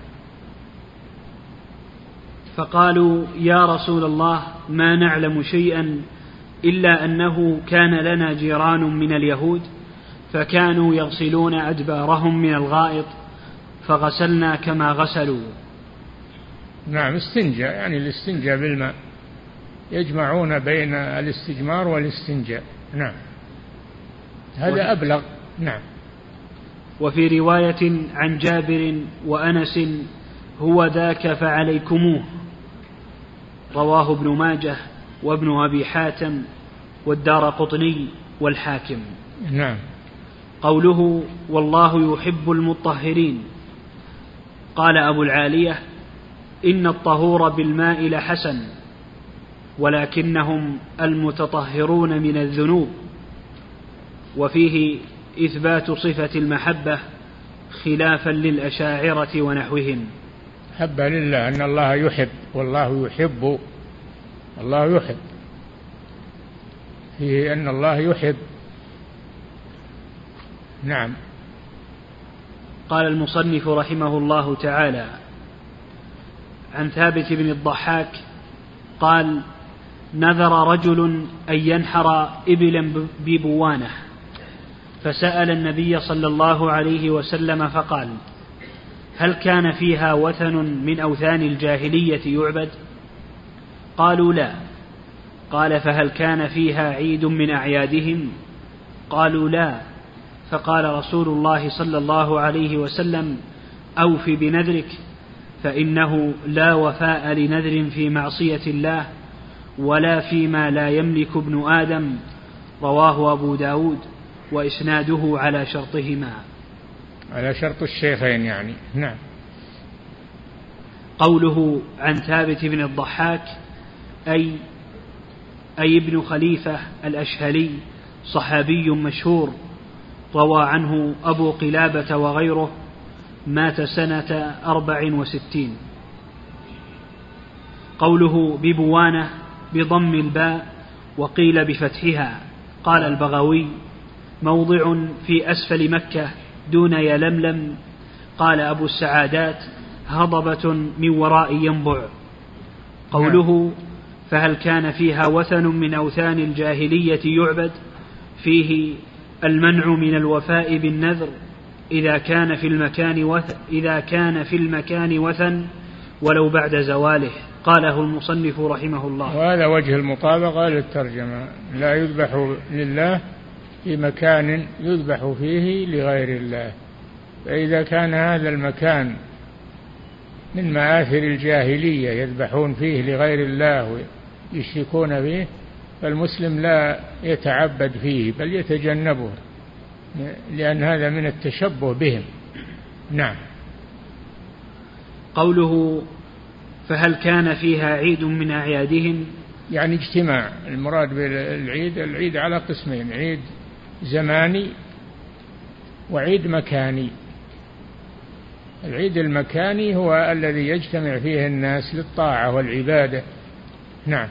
فقالوا: يا رسول الله، ما نعلم شيئا إلا أنه كان لنا جيران من اليهود فكانوا يغسلون أدبارهم من الغائط فغسلنا كما غسلوا. نعم. استنجاء يعني الاستنجاء بالماء، يجمعون بين الاستجمار والاستنجاء. نعم. هذا أبلغ. نعم. وفي رواية عن جابر وأنس: هو ذاك فعليكموه، رواه ابن ماجه وابن أبي حاتم والدارقطني والحاكم. نعم. قوله والله يحب المطهرين، قال أبو العالية: إن الطهور بالماء لحسن، ولكنهم المتطهرون من الذنوب. وفيه إثبات صفة المحبة خلافا للأشاعرة ونحوهم. حب لله، أن الله يحب، والله يحب، الله يحب، فيه أن الله يحب. نعم. قال المصنف رحمه الله تعالى عن ثابت بن الضحاك قال: نذر رجل أن ينحر إبلا ببوانه، فسأل النبي صلى الله عليه وسلم فقال: هل كان فيها وثن من أوثان الجاهلية يعبد؟ قالوا: لا. قال: فهل كان فيها عيد من أعيادهم؟ قالوا: لا. فقال رسول الله صلى الله عليه وسلم: أوف بنذرك، فإنه لا وفاء لنذر في معصية الله ولا فيما لا يملك ابن آدم. رواه أبو داود وإسناده على شرطهما، على شرط الشيخين يعني. نعم. قوله عن ثابت بن الضحاك أي أي ابن خليفة الأشهلي، صحابي مشهور، روى عنه أبو قلابة وغيره، مات سنة أربع وستين. قوله ببوانة بضم الباء وقيل بفتحها. قال البغوي: موضع في أسفل مكة دون يلملم. قال أبو السعادات: هضبة من وراء ينبع. قوله فهل كان فيها وثن من أوثان الجاهلية يعبد، فيه المنع من الوفاء بالنذر إذا كان في المكان وثن إذا كان في المكان وثن ولو بعد زواله، قاله المصنف رحمه الله. وهذا وجه المطابقة للترجمة، لا يذبح لله في مكان يذبح فيه لغير الله. فإذا كان هذا المكان من مآثر الجاهلية يذبحون فيه لغير الله ويشركون فيه، فالمسلم لا يتعبد فيه بل يتجنبه، لأن هذا من التشبه بهم. نعم. قوله فهل كان فيها عيد من أعيادهم، يعني اجتماع. المراد بالعيد العيد على قسمين: عيد زماني وعيد مكاني. العيد المكاني هو الذي يجتمع فيه الناس للطاعة والعبادة. نعم.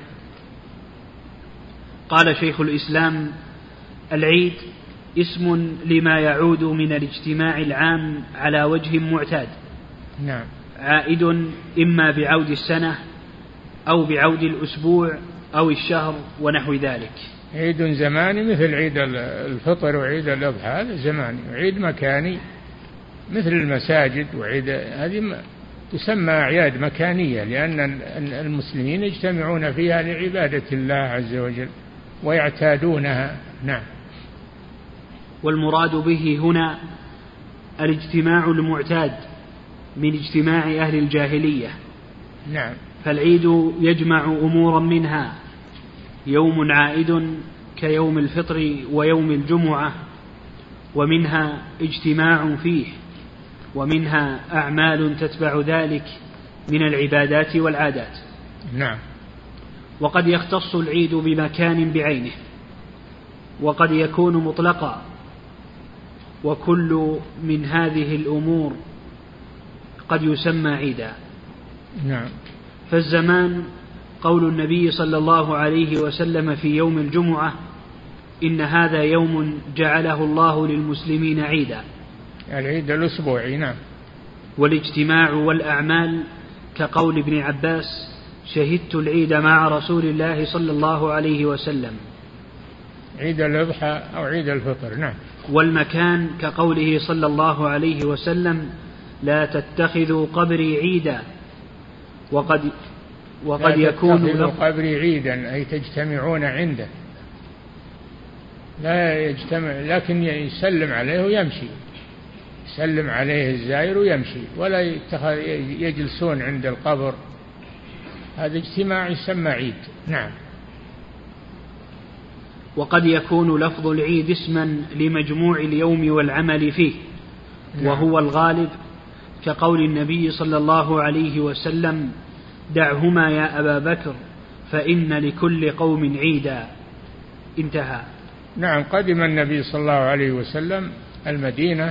قال شيخ الإسلام: العيد اسم لما يعود من الاجتماع العام على وجه معتاد. نعم. عائد إما بعود السنة أو بعود الأسبوع أو الشهر ونحو ذلك. عيد زماني مثل عيد الفطر وعيد الأضحى، هذا زماني. عيد مكاني مثل المساجد وعيد، هذه تسمى أعياد مكانية، لأن المسلمين يجتمعون فيها لعبادة الله عز وجل ويعتادونها. نعم. والمراد به هنا الاجتماع المعتاد من اجتماع أهل الجاهلية. نعم. فالعيد يجمع أمورا منها يوم عائد كيوم الفطر ويوم الجمعة، ومنها اجتماع فيه، ومنها أعمال تتبع ذلك من العبادات والعادات. نعم. وقد يختص العيد بمكان بعينه، وقد يكون مطلقا، وكل من هذه الأمور قد يسمى عيدا. نعم. فالزمان قول النبي صلى الله عليه وسلم في يوم الجمعة: إن هذا يوم جعله الله للمسلمين عيدا، العيد الأسبوعي. نعم. والاجتماع والأعمال كقول ابن عباس: شهدت العيد مع رسول الله صلى الله عليه وسلم، عيد الأضحى أو عيد الفطر. نعم. والمكان كقوله صلى الله عليه وسلم: لا تتخذوا قبري عيدا. وقد وقد لا يكون تتخذوا قبري عيدا أي تجتمعون عنده، لا يجتمع، لكن يسلم عليه ويمشي، يسلم عليه الزائر ويمشي، ولا يجلسون عند القبر. هذا اجتماع يسمى عيد. نعم. وقد يكون لفظ العيد اسما لمجموع اليوم والعمل فيه. نعم. وهو الغالب، كقول النبي صلى الله عليه وسلم: دعهما يا أبا بكر فإن لكل قوم عيدا. انتهى. نعم. قدم النبي صلى الله عليه وسلم المدينة،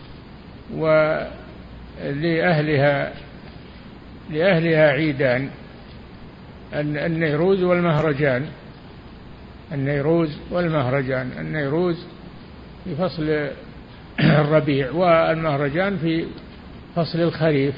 ولأهلها لأهلها عيدان: النيروز والمهرجان. النيروز والمهرجان، النيروز في فصل الربيع، والمهرجان في فصل الخريف،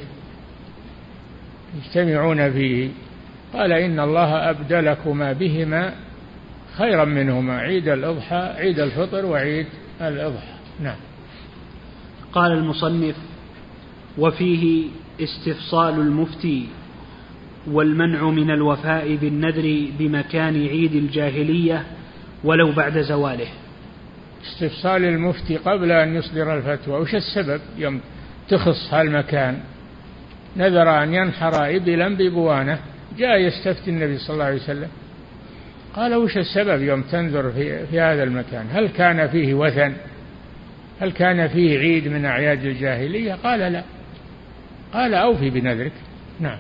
يجتمعون فيه. قال: إن الله أبدلكما بهما خيرا منهما، عيد الأضحى، عيد الفطر وعيد الأضحى. نعم. قال المصنف: وفيه استفصال المفتي والمنع من الوفاء بالنذر بمكان عيد الجاهلية ولو بعد زواله. استفصال المفتي قبل أن يصدر الفتوى: وش السبب يوم تخص هالمكان؟ نذر أن ينحر إبلا ببوانة، جاء يستفتي النبي صلى الله عليه وسلم، قال: وش السبب يوم تنذر في, في هذا المكان؟ هل كان فيه وثن؟ هل كان فيه عيد من أعياد الجاهلية؟ قال: لا. قال: أوفي بنذرك. نعم.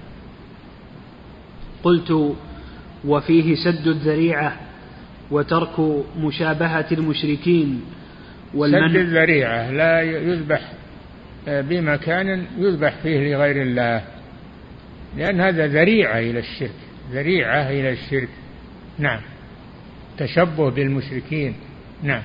قلت: وفيه سد الذريعة وترك مشابهة المشركين والمنع. سد الذريعة لا يذبح بمكان يذبح فيه لغير الله، لأن هذا ذريعة إلى الشرك، ذريعة إلى الشرك. نعم. تشبه بالمشركين. نعم.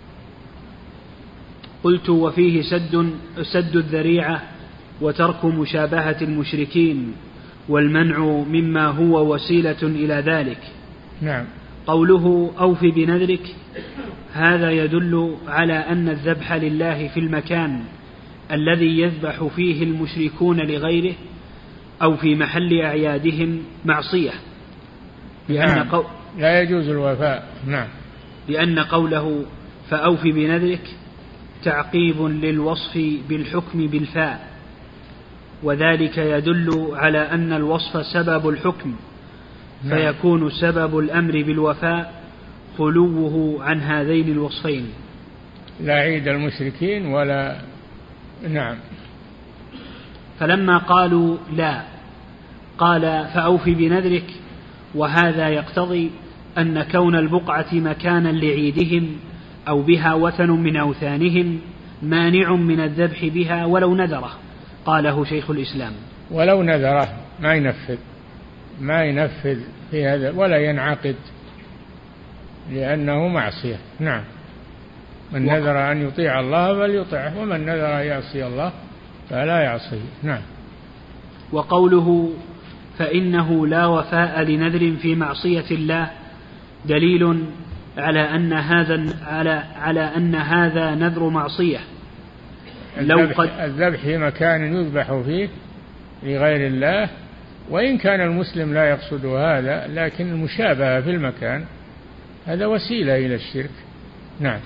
قلت: وفيه سد سد الذريعة وترك مشابهة المشركين والمنع مما هو وسيلة إلى ذلك. نعم. قوله: أوف بنذرك، هذا يدل على أن الذبح لله في المكان الذي يذبح فيه المشركون لغيره أو في محل أعيادهم معصية، لأن نعم. قو... لا يجوز الوفاء. نعم. لأن قوله فأوف بنذرك تعقيب للوصف بالحكم بالفاء، وذلك يدل على أن الوصف سبب الحكم، فيكون سبب الأمر بالوفاء خلوه عن هذين الوصفين، لا عيد المشركين ولا. نعم. فلما قالوا لا قال فأوف بنذرك، وهذا يقتضي أن كون البقعة مكانا لعيدهم أو بها وثن من أوثانهم مانع من الذبح بها ولو نذره، قاله شيخ الإسلام. ولو نذره ما ينفذ ما ينفذ في هذا ولا ينعقد، لأنه معصية. نعم. من نذر أن يطيع الله فليطعه، ومن نذر أن يعصي الله فلا يعصيه. نعم. وقوله فإنه لا وفاء لنذر في معصية الله دليل على أن هذا على على أن هذا نذر معصية. لو قد الذبح في مكان يذبح فيه لغير الله، وإن كان المسلم لا يقصد هذا، لكن المشابهة في المكان هذا وسيلة إلى الشرك. نعم.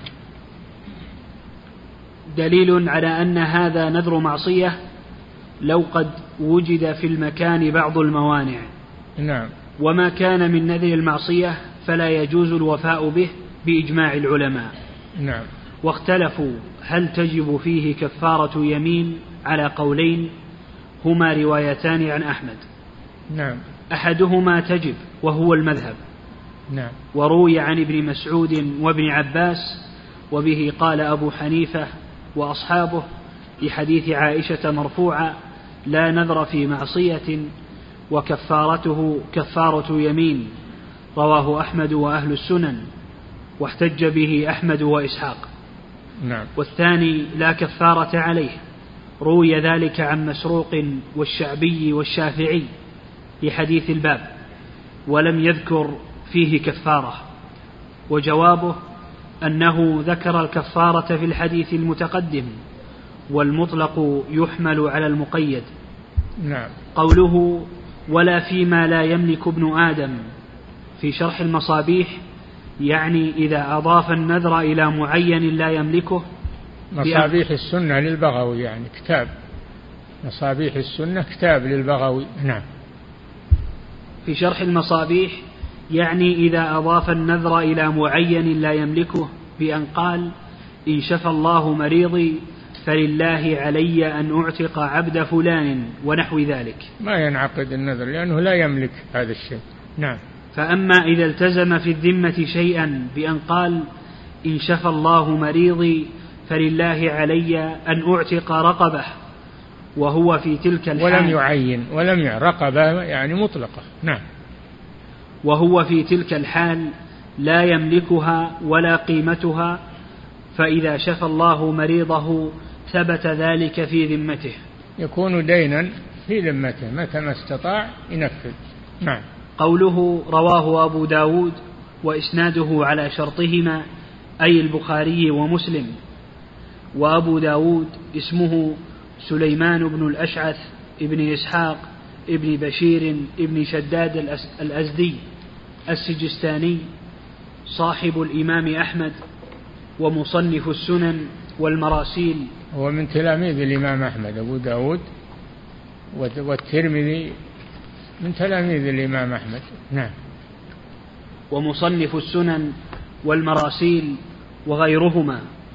دليل على أن هذا نذر معصية لو قد وجد في المكان بعض الموانع. نعم. وما كان من نذر المعصية فلا يجوز الوفاء به بإجماع العلماء. نعم. واختلفوا هل تجب فيه كفارة يمين على قولين هما روايتان عن أحمد. نعم. أحدهما تجب وهو المذهب. نعم. وروي عن ابن مسعود وابن عباس، وبه قال أبو حنيفة وأصحابه لحديث عائشة مرفوعا لا نذر في معصية وكفارته كفارة يمين، رواه أحمد وأهل السنن، واحتج به أحمد وإسحاق. نعم. والثاني لا كفارة عليه، روي ذلك عن مسروق والشعبي والشافعي لحديث الباب، ولم يذكر فيه كفارة. وجوابه أنه ذكر الكفارة في الحديث المتقدم، والمطلق يحمل على المقيد. نعم. قوله ولا فيما لا يملك ابن آدم في شرح المصابيح، يعني إذا أضاف النذر إلى معين لا يملكه. مصابيح السنة للبغوي، يعني كتاب مصابيح السنة كتاب للبغوي. نعم. في شرح المصابيح يعني إذا أضاف النذر إلى معين لا يملكه، بأن قال إن شفى الله مريضي فلله علي أن أعتق عبد فلان ونحو ذلك. ما ينعقد النذر لأنه لا يملك هذا الشيء. نعم. فأما إذا التزم في الذمة شيئا بأن قال إن شفى الله مريضي فلله علي أن أعتق رقبة، وهو في تلك الحال ولم يعين ولم يعين رقبة يعني مطلقة. نعم. وهو في تلك الحال لا يملكها ولا قيمتها، فإذا شفى الله مريضه ثبت ذلك في ذمته، يكون دينا في ذمته متى ما استطاع ينفذ. نعم. قوله رواه أبو داود وإسناده على شرطهما أي البخاري ومسلم. وأبو داود اسمه سليمان بن الأشعث ابن إسحاق ابن بشير ابن شداد الأزدي السجستاني، صاحب الإمام أحمد ومصنف السنن والمراسيل. هو من تلاميذ الإمام أحمد أبو داود، والترمذي من تلاميذ الإمام أحمد. نعم. ومصنف السنن والمراسيل وغيرهما،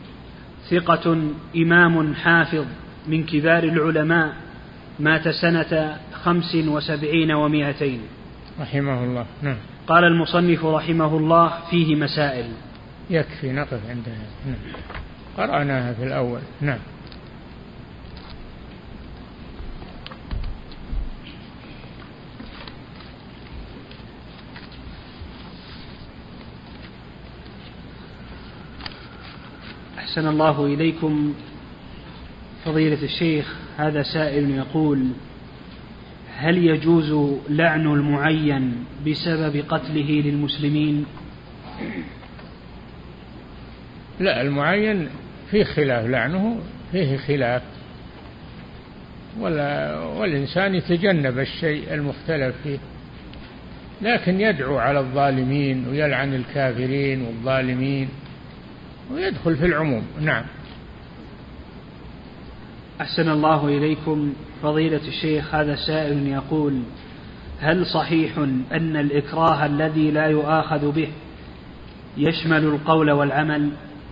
ثقة إمام حافظ من كبار العلماء، مات سنة خمس وسبعين ومائتين رحمه الله. نعم. قال المصنف رحمه الله فيه مسائل. يكفي نقف عندها. نعم. قرأناها في الأول. نعم. أحسن الله إليكم فضيلة الشيخ. هذا سائل يقول هل يجوز لعن المعين بسبب قتله للمسلمين؟ لا، المعين فيه خلاف، لعنه فيه خلاف، والإنسان يتجنب الشيء المختلف فيه، لكن يدعو على الظالمين ويلعن الكافرين والظالمين ويدخل في العموم. نعم. أحسن الله إليكم فضيلة الشيخ، هذا سائل يقول: هل صحيح أن الإكراه الذي لا يؤاخذ به يشمل القول والعمل؟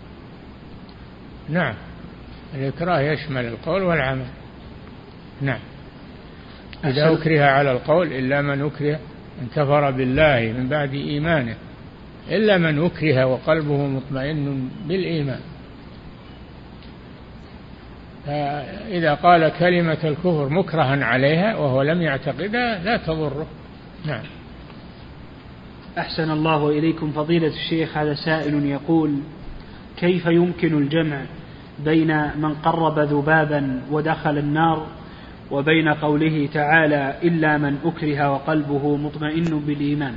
نعم، الإكراه يشمل القول والعمل. نعم. إذا أكره على القول إلا من أكره من كفر بالله من بعد إيمانه إلا من أكره وقلبه مطمئن بالإيمان. فإذا قال كلمة الكفر مكرها عليها وهو لم يعتقدها لا تضره. نعم. أحسن الله إليكم فضيلة الشيخ، هذا سائل يقول: كيف يمكن الجمع بين من قرب ذبابا ودخل النار وبين قوله تعالى إلا من أكره وقلبه مطمئن بالإيمان؟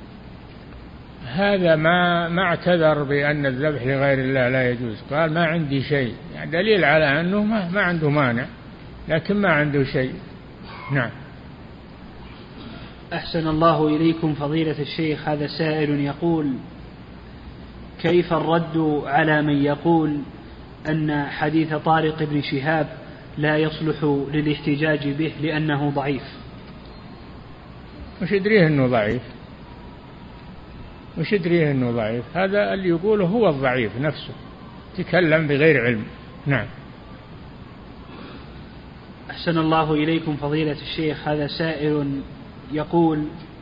هذا ما ما اعتذر بأن الذبح لغير الله لا يجوز، قال ما عندي شيء، يعني دليل على أنه ما, ما عنده مانع لكن ما عنده شيء. نعم. أحسن الله إليكم فضيلة الشيخ، هذا سائل يقول: كيف الرد على من يقول أن حديث طارق بن شهاب لا يصلح للاحتجاج به لأنه ضعيف؟ وش يدريه أنه ضعيف؟ وش يدريه أنه ضعيف؟ هذا اللي يقوله هو الضعيف نفسه، تكلم بغير علم. نعم. أحسن الله إليكم فضيلة الشيخ، هذا سائل يقول: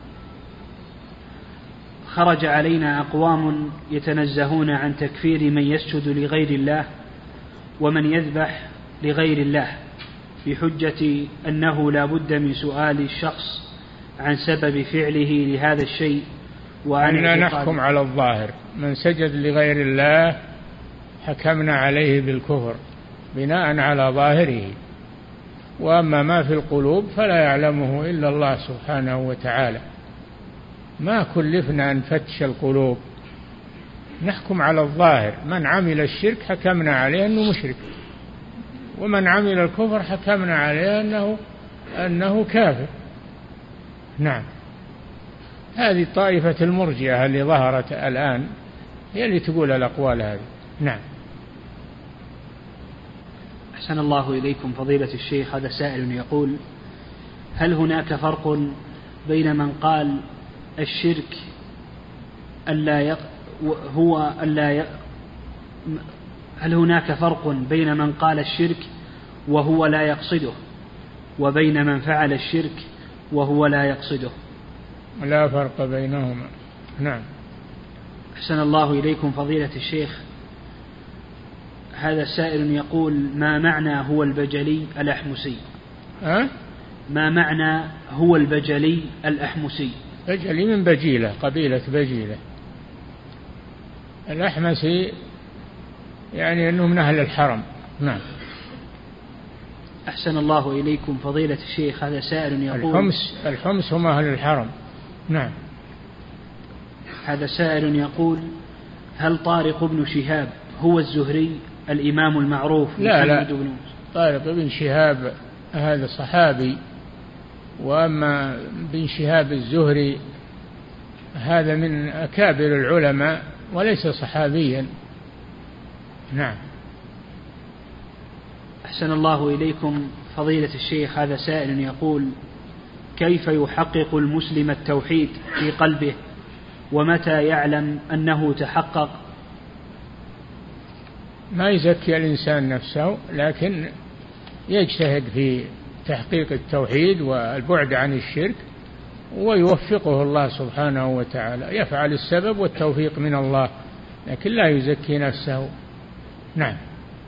خرج علينا أقوام يتنزهون عن تكفير من يسجد لغير الله ومن يذبح لغير الله بحجة أنه لا بد من سؤال الشخص عن سبب فعله لهذا الشيء، وأننا نحكم على الظاهر. من سجد لغير الله حكمنا عليه بالكفر بناء على ظاهره، وأما ما في القلوب فلا يعلمه إلا الله سبحانه وتعالى. ما كلفنا أن نفتش القلوب، نحكم على الظاهر. من عمل الشرك حكمنا عليه أنه مشرك، ومن عمل الكفر حكمنا عليه أنه, أنه كافر. نعم. هذه طائفة المرجئة اللي ظهرت الآن هي اللي تقول الأقوال هذه. نعم. أحسن الله إليكم فضيلة الشيخ، هذا سائل يقول: هل هناك فرق بين من قال الشرك ألا يق... هو ألا ي... هل هناك فرق بين من قال الشرك وهو لا يقصده وبين من فعل الشرك وهو لا يقصده؟ لا فرق بينهما. نعم. أحسن الله إليكم فضيلة الشيخ، هذا سائل يقول: ما معنى هو البجلي الأحمسي؟ أه؟ ما معنى هو البجلي الأحمسي؟ بجلي من بجيلة، قبيلة بجيلة. الأحمسي يعني أنه من أهل الحرم. نعم. أحسن الله إليكم فضيلة الشيخ، هذا سائل يقول: الحمس الحمس هم أهل الحرم. نعم. هذا سائل يقول: هل طارق بن شهاب هو الزهري الإمام المعروف؟ لا لا بن... طارق بن شهاب هذا صحابي، وأما بن شهاب الزهري هذا من أكابر العلماء وليس صحابيا. نعم. أحسن الله إليكم فضيلة الشيخ، هذا سائل يقول: كيف يحقق المسلم التوحيد في قلبه ومتى يعلم أنه تحقق؟ ما يزكي الإنسان نفسه، لكن يجتهد في تحقيق التوحيد والبعد عن الشرك، ويوفقه الله سبحانه وتعالى. يفعل السبب والتوفيق من الله، لكن لا يزكي نفسه. نعم.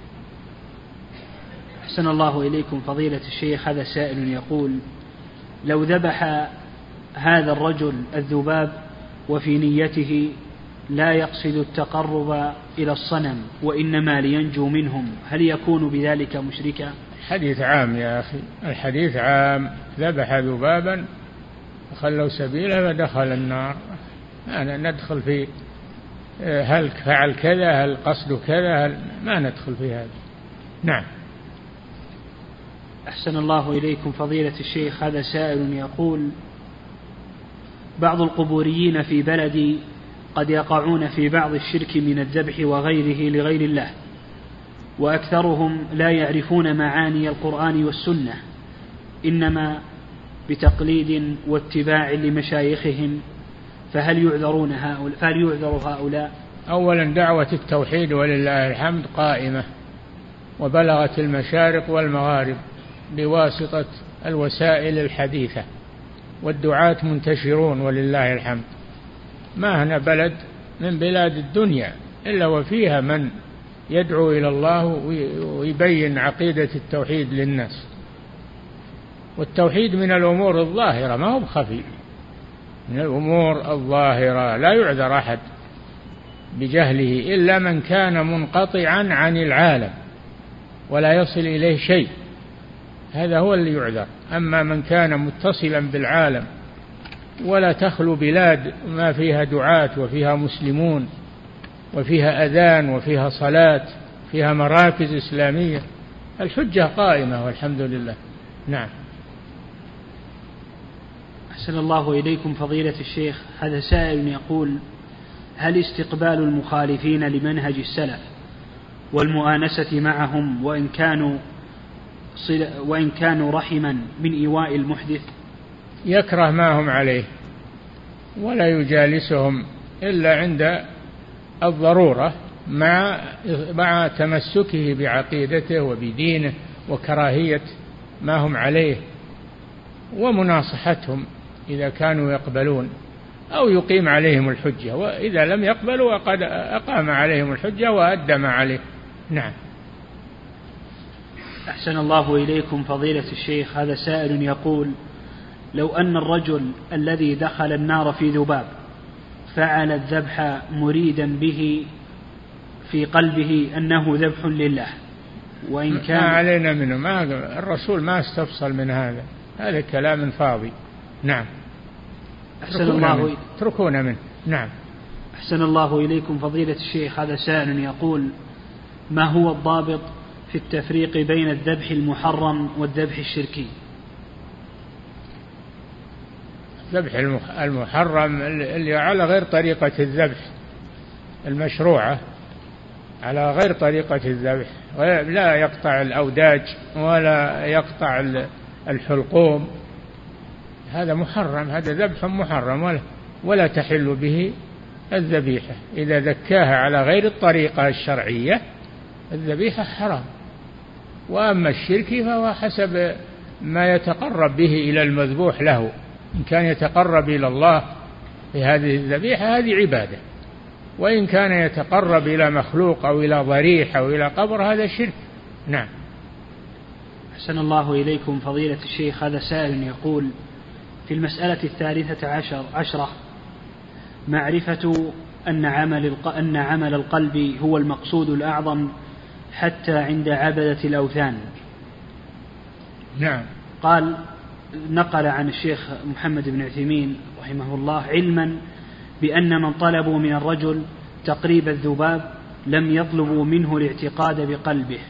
أحسن الله إليكم فضيلة الشيخ، هذا سائل يقول: لو ذبح هذا الرجل الذباب وفي نيته لا يقصد التقرب إلى الصنم وإنما لينجو منهم، هل يكون بذلك مشركا؟ الحديث عام يا أخي، الحديث عام. ذبح ذبابا خلوا سبيله فدخل النار. أنا ندخل في هل فعل كذا، هل قصد كذا، هل ما ندخل في هذا. نعم. أحسن الله إليكم فضيلة الشيخ. هذا سائل يقول: بعض القبوريين في بلدي قد يقعون في بعض الشرك من الذبح وغيره لغير الله، وأكثرهم لا يعرفون معاني القرآن والسنة، إنما بتقليد واتباع لمشايخهم، فهل يعذرون هؤلاء فهل يعذر هؤلاء؟ أولا دعوة التوحيد ولله الحمد قائمة، وبلغت المشارق والمغارب بواسطة الوسائل الحديثة، والدعاة منتشرون ولله الحمد. ما هنا بلد من بلاد الدنيا إلا وفيها من يدعو إلى الله ويبين عقيدة التوحيد للناس. والتوحيد من الأمور الظاهرة، ما هو بخفي، من الأمور الظاهرة، لا يعذر أحد بجهله إلا من كان منقطعا عن العالم ولا يصل إليه شيء، هذا هو اللي يعذر. أما من كان متصلا بالعالم ولا تخلو بلاد ما فيها دعاة وفيها مسلمون وفيها أذان وفيها صلاة، فيها مراكز إسلامية، الحجة قائمة والحمد لله. نعم. أحسن الله إليكم فضيلة الشيخ. هذا سائل يقول: هل استقبال المخالفين لمنهج السلف والمؤانسة معهم وإن كانوا وإن كانوا رحما من إيواء المحدث؟ يكره ما هم عليه ولا يجالسهم إلا عند الضرورة، مع مع تمسكه بعقيدته وبدينه وكراهية ما هم عليه، ومناصحتهم إذا كانوا يقبلون، أو يقيم عليهم الحجة، وإذا لم يقبلوا قد أقام عليهم الحجة وأدى ما عليه. نعم. أحسن الله إليكم فضيلة الشيخ. هذا سائل يقول: لو أن الرجل الذي دخل النار في ذباب فعل الذبح مريدا به في قلبه أنه ذبح لله، وإن كان ما علينا منه، ما الرسول ما استفصل من هذا، هذا كلام فاضي. نعم. أحسن الله اتركونا منه. نعم. أحسن الله إليكم فضيلة الشيخ. هذا سائل يقول: ما هو الضابط في التفريق بين الذبح المحرم والذبح الشركي؟ الذبح المحرم اللي على غير طريقة الذبح المشروعة، على غير طريقة الذبح، لا يقطع الأوداج ولا يقطع الحلقوم، هذا محرم، هذا ذبح محرم ولا, ولا تحل به الذبيحة. إذا ذكاها على غير الطريقة الشرعية الذبيحة حرام. وأما الشرك فهو حسب ما يتقرب به إلى المذبوح له، إن كان يتقرب إلى الله بهذه الذبيحة هذه عبادة، وإن كان يتقرب إلى مخلوق أو إلى ضريح أو إلى قبر هذا شرك. نعم. أحسن الله إليكم فضيلة الشيخ. هذا سائل يقول: في المسألة الثالثة عشر عشرة معرفة أن عمل أن عمل القلب هو المقصود الأعظم حتى عند عبدة الأوثان. نعم. قال: نقل عن الشيخ محمد بن عثيمين رحمه الله علما بأن من طلبوا من الرجل تقريب الذباب لم يطلبوا منه الاعتقاد بقلبه،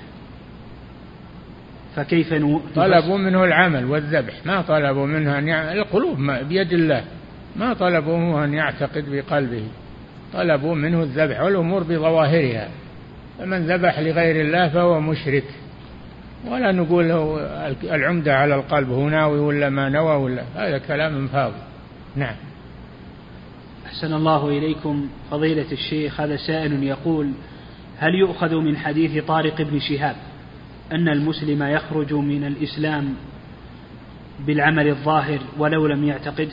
فكيف طلبوا منه العمل والذبح، ما طلبوا منه أن يع... القلوب ما بيد الله، ما طلبوا منه أن يعتقد بقلبه، طلبوا منه الذبح والأمور بظواهرها. فمن ذبح لغير الله فهو مشرك، ولا نقول له العمدة على القلب، هو ناوي ولا ما نوى ولا، هذا كلام فاضي. نعم. أحسن الله إليكم فضيلة الشيخ. هذا سائل يقول: هل يؤخذ من حديث طارق بن شهاب أن المسلم يخرج من الإسلام بالعمل الظاهر ولو لم يعتقده؟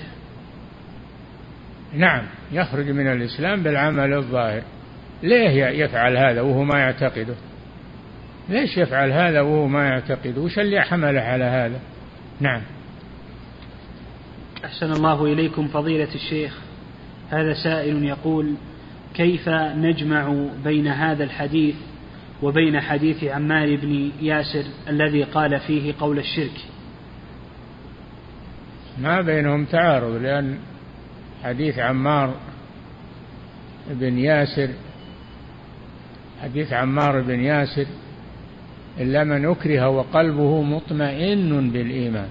نعم، يخرج من الإسلام بالعمل الظاهر. ليه يفعل هذا وهو ما يعتقده؟ ليش يفعل هذا وهو ما يعتقده؟ وش اللي حمله على هذا؟ نعم. أحسن الله إليكم فضيلة الشيخ. هذا سائل يقول: كيف نجمع بين هذا الحديث وبين حديث عمار بن ياسر الذي قال فيه قول الشرك؟ ما بينهم تعارض، لأن حديث عمار بن ياسر حديث عمار بن ياسر إلا من أكره وقلبه مطمئن بالإيمان.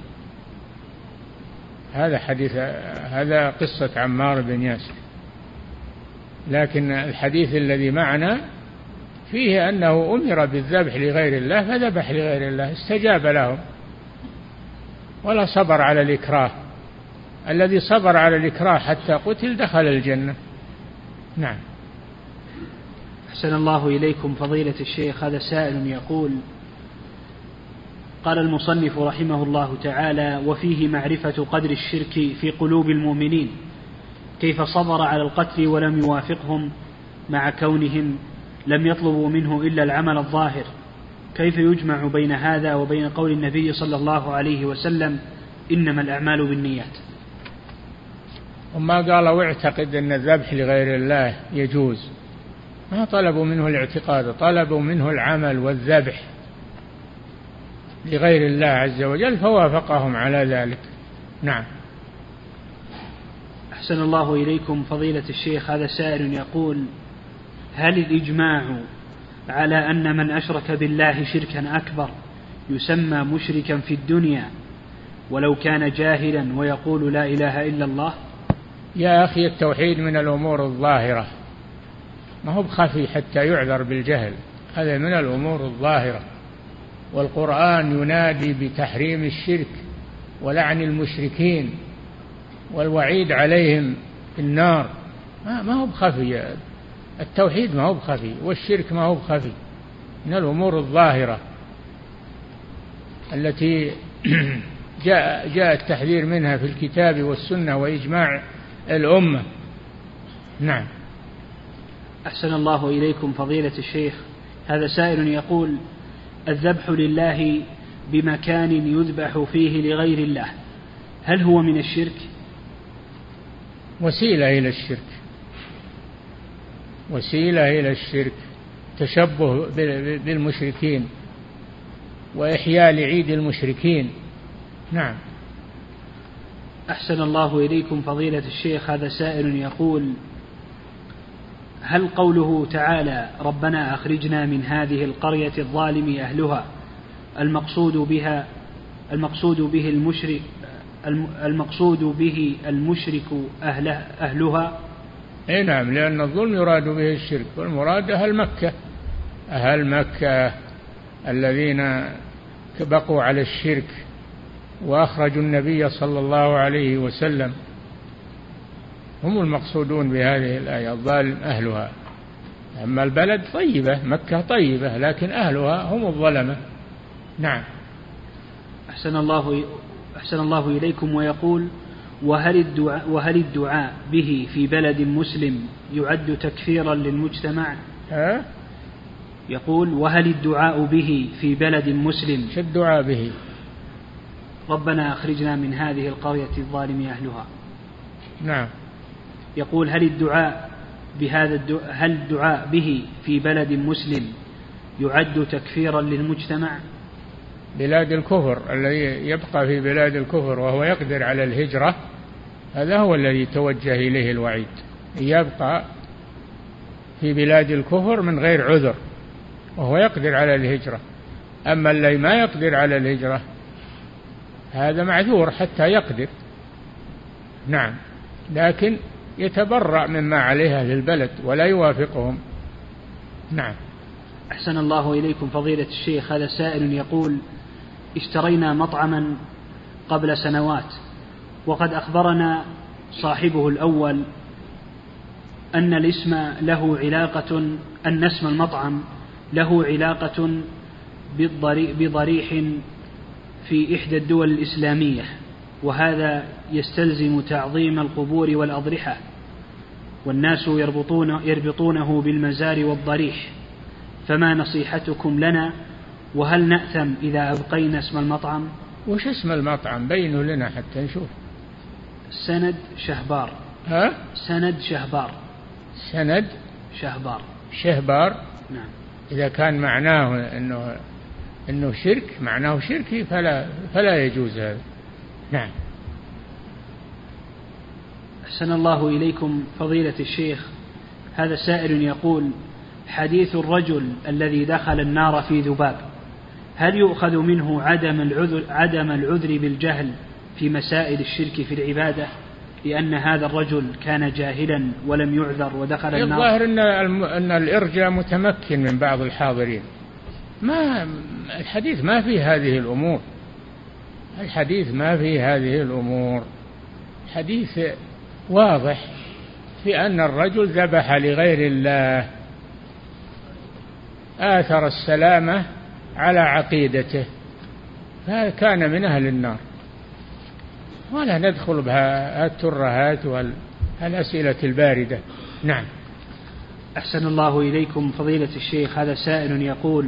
هذا حديث هذا قصة عمار بن ياسر. لكن الحديث الذي معنا فيه أنه أمر بالذبح لغير الله فذبح لغير الله، استجاب لهم ولا صبر على الإكراه. الذي صبر على الإكراه حتى قتل دخل الجنة. نعم. أحسن الله إليكم فضيلة الشيخ. هذا سائل يقول: قال المصنف رحمه الله تعالى: وفيه معرفة قدر الشرك في قلوب المؤمنين، كيف صبر على القتل ولم يوافقهم مع كونهم لم يطلبوا منه إلا العمل الظاهر، كيف يجمع بين هذا وبين قول النبي صلى الله عليه وسلم: إنما الأعمال بالنيات؟ وما قال واعتقد أن الذبح لغير الله يجوز، ما طلبوا منه الاعتقاد، طلبوا منه العمل والذبح لغير الله عز وجل فوافقهم على ذلك. نعم. أحسن الله إليكم فضيلة الشيخ. هذا سائل يقول: هل الإجماع على أن من أشرك بالله شركا أكبر يسمى مشركا في الدنيا ولو كان جاهلا ويقول لا إله إلا الله؟ يا أخي، التوحيد من الأمور الظاهرة، ما هو بخفي حتى يعذر بالجهل، هذا من الأمور الظاهرة. والقرآن ينادي بتحريم الشرك ولعن المشركين والوعيد عليهم في النار، ما هو بخفي. التوحيد ما هو بخفي والشرك ما هو بخفي، من الأمور الظاهرة التي جاء جاء التحذير منها في الكتاب والسنة وإجماع الأمة. نعم. أحسن الله إليكم فضيلة الشيخ. هذا سائل يقول: الذبح لله بمكان يذبح فيه لغير الله، هل هو من الشرك؟ وسيلة إلى الشرك، وسيلة إلى الشرك، تشبه بالمشركين وإحياء لعيد المشركين. نعم. أحسن الله إليكم فضيلة الشيخ. هذا سائل يقول: هل قوله تعالى ربنا أخرجنا من هذه القرية الظالم أهلها المقصود بها المقصود به المشرك المقصود به المشرك أهله أهلها؟ أي نعم، لأن الظلم يراد به الشرك، والمراد أهل مكة، أهل مكة الذين بقوا على الشرك وأخرجوا النبي صلى الله عليه وسلم، هم المقصودون بهذه الآية، الظالم أهلها. أما البلد طيبة، مكة طيبة، لكن أهلها هم الظلمة. نعم. أحسن الله أحسن الله إليكم. ويقول: وهل الدعاء, وهل الدعاء به في بلد مسلم يعد تكفيرا للمجتمع؟ ها؟ يقول: وهل الدعاء به في بلد مسلم؟ شو الدعاء به؟ ربنا أخرجنا من هذه القرية الظالم أهلها. نعم. يقول: هل الدعاء بهذا الدعاء هل الدعاء به في بلد مسلم يعد تكفيرا للمجتمع؟ بلاد الكفر، الذي يبقى في بلاد الكفر وهو يقدر على الهجرة، هذا هو الذي توجه إليه الوعيد، يبقى في بلاد الكفر من غير عذر وهو يقدر على الهجرة. أما الذي ما يقدر على الهجرة هذا معذور حتى يقدر. نعم. لكن يتبرأ مما عليه أهل البلد ولا يوافقهم. نعم. أحسن الله إليكم فضيلة الشيخ. هذا سائل يقول: اشترينا مطعما قبل سنوات، وقد أخبرنا صاحبه الأول أن الاسم له علاقة أن اسم المطعم له علاقة بضريح في إحدى الدول الإسلامية، وهذا يستلزم تعظيم القبور والأضرحة، والناس يربطون يربطونه بالمزار والضريح، فما نصيحتكم لنا؟ وهل نأثم إذا أبقينا اسم المطعم؟ وش اسم المطعم؟ بينه لنا حتى نشوف. سند شهبار. ها؟ سند شهبار. سند شهبار. شهبار. نعم. إذا كان معناه إنه إنه شرك، معناه شركي، فلا فلا يجوز هذا. نعم. أحسن الله إليكم فضيلة الشيخ. هذا سائل يقول: حديث الرجل الذي دخل النار في ذباب هل يؤخذ منه عدم العذر, عدم العذر بالجهل في مسائل الشرك في العبادة لأن هذا الرجل كان جاهلا ولم يعذر ودخل النار؟ الظاهر أن, أن الإرجاء متمكن من بعض الحاضرين. ما الحديث ما في هذه الأمور، الحديث ما في هذه الأمور. حديث واضح في أن الرجل ذبح لغير الله، آثر السلامة على عقيدته، فكان من أهل النار. ولا ندخل بها الترهات والأسئلة الباردة. نعم. أحسن الله إليكم فضيلة الشيخ. هذا سائل يقول: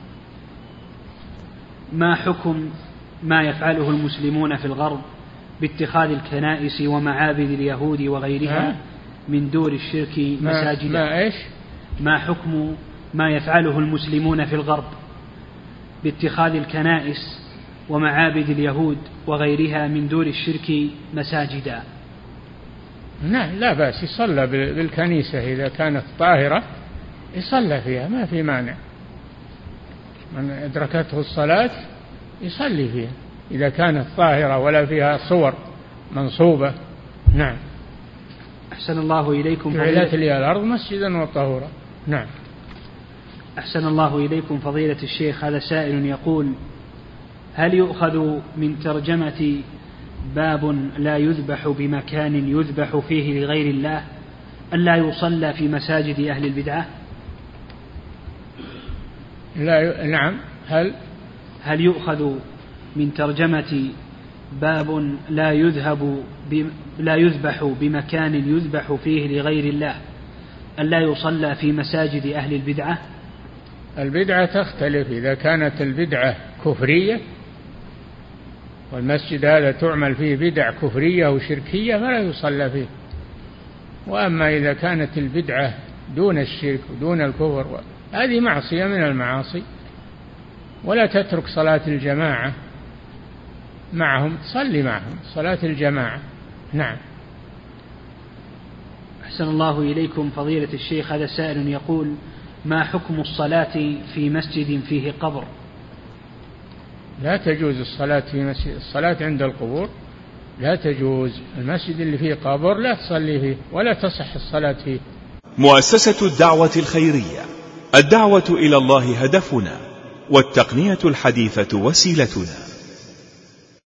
ما حكم ما يفعله المسلمون في الغرب باتخاذ الكنائس ومعابد اليهود وغيرها من دور الشرك مساجدا؟ ما إيش؟ ما حكم ما يفعله المسلمون في الغرب باتخاذ الكنائس ومعابد اليهود وغيرها من دور الشرك مساجدا؟ نعم، لا بأس، يصلى بالكنيسة إذا كانت طاهرة، يصلى فيها، ما في مانع. من أدركته الصلاة يصلي فيها إذا كانت طاهرة ولا فيها صور منصوبة. نعم. أحسن الله إليكم. جعلت لي الأرض مسجدا وطهورا. نعم. أحسن الله إليكم فضيلة الشيخ. هذا سائل يقول: هل يؤخذ من ترجمة باب لا يذبح بمكان يذبح فيه لغير الله ألا يصلى في مساجد أهل البدعة؟ لا ي... نعم. هل هل يؤخذ من ترجمة باب لا يذهب ب... لا يذبح بمكان يذبح فيه لغير الله ألا يصلى في مساجد أهل البدعة؟ البدعة تختلف. إذا كانت البدعة كفرية والمسجد هذا تعمل فيه بدع كفرية وشركية فلا يصلى فيه. وأما إذا كانت البدعة دون الشرك ودون الكفر هذه معصية من المعاصي، ولا تترك صلاة الجماعة معهم، تصلي معهم صلاة الجماعة. نعم. أحسن الله إليكم فضيلة الشيخ. هذا سائل يقول: ما حكم الصلاة في مسجد فيه قبر؟ لا تجوز الصلاة في مسجد. الصلاة عند القبور لا تجوز. المسجد اللي فيه قبر لا تصلي فيه ولا تصح الصلاة فيه. مؤسسة الدعوة الخيرية، الدعوة إلى الله هدفنا، والتقنية الحديثة وسيلتنا.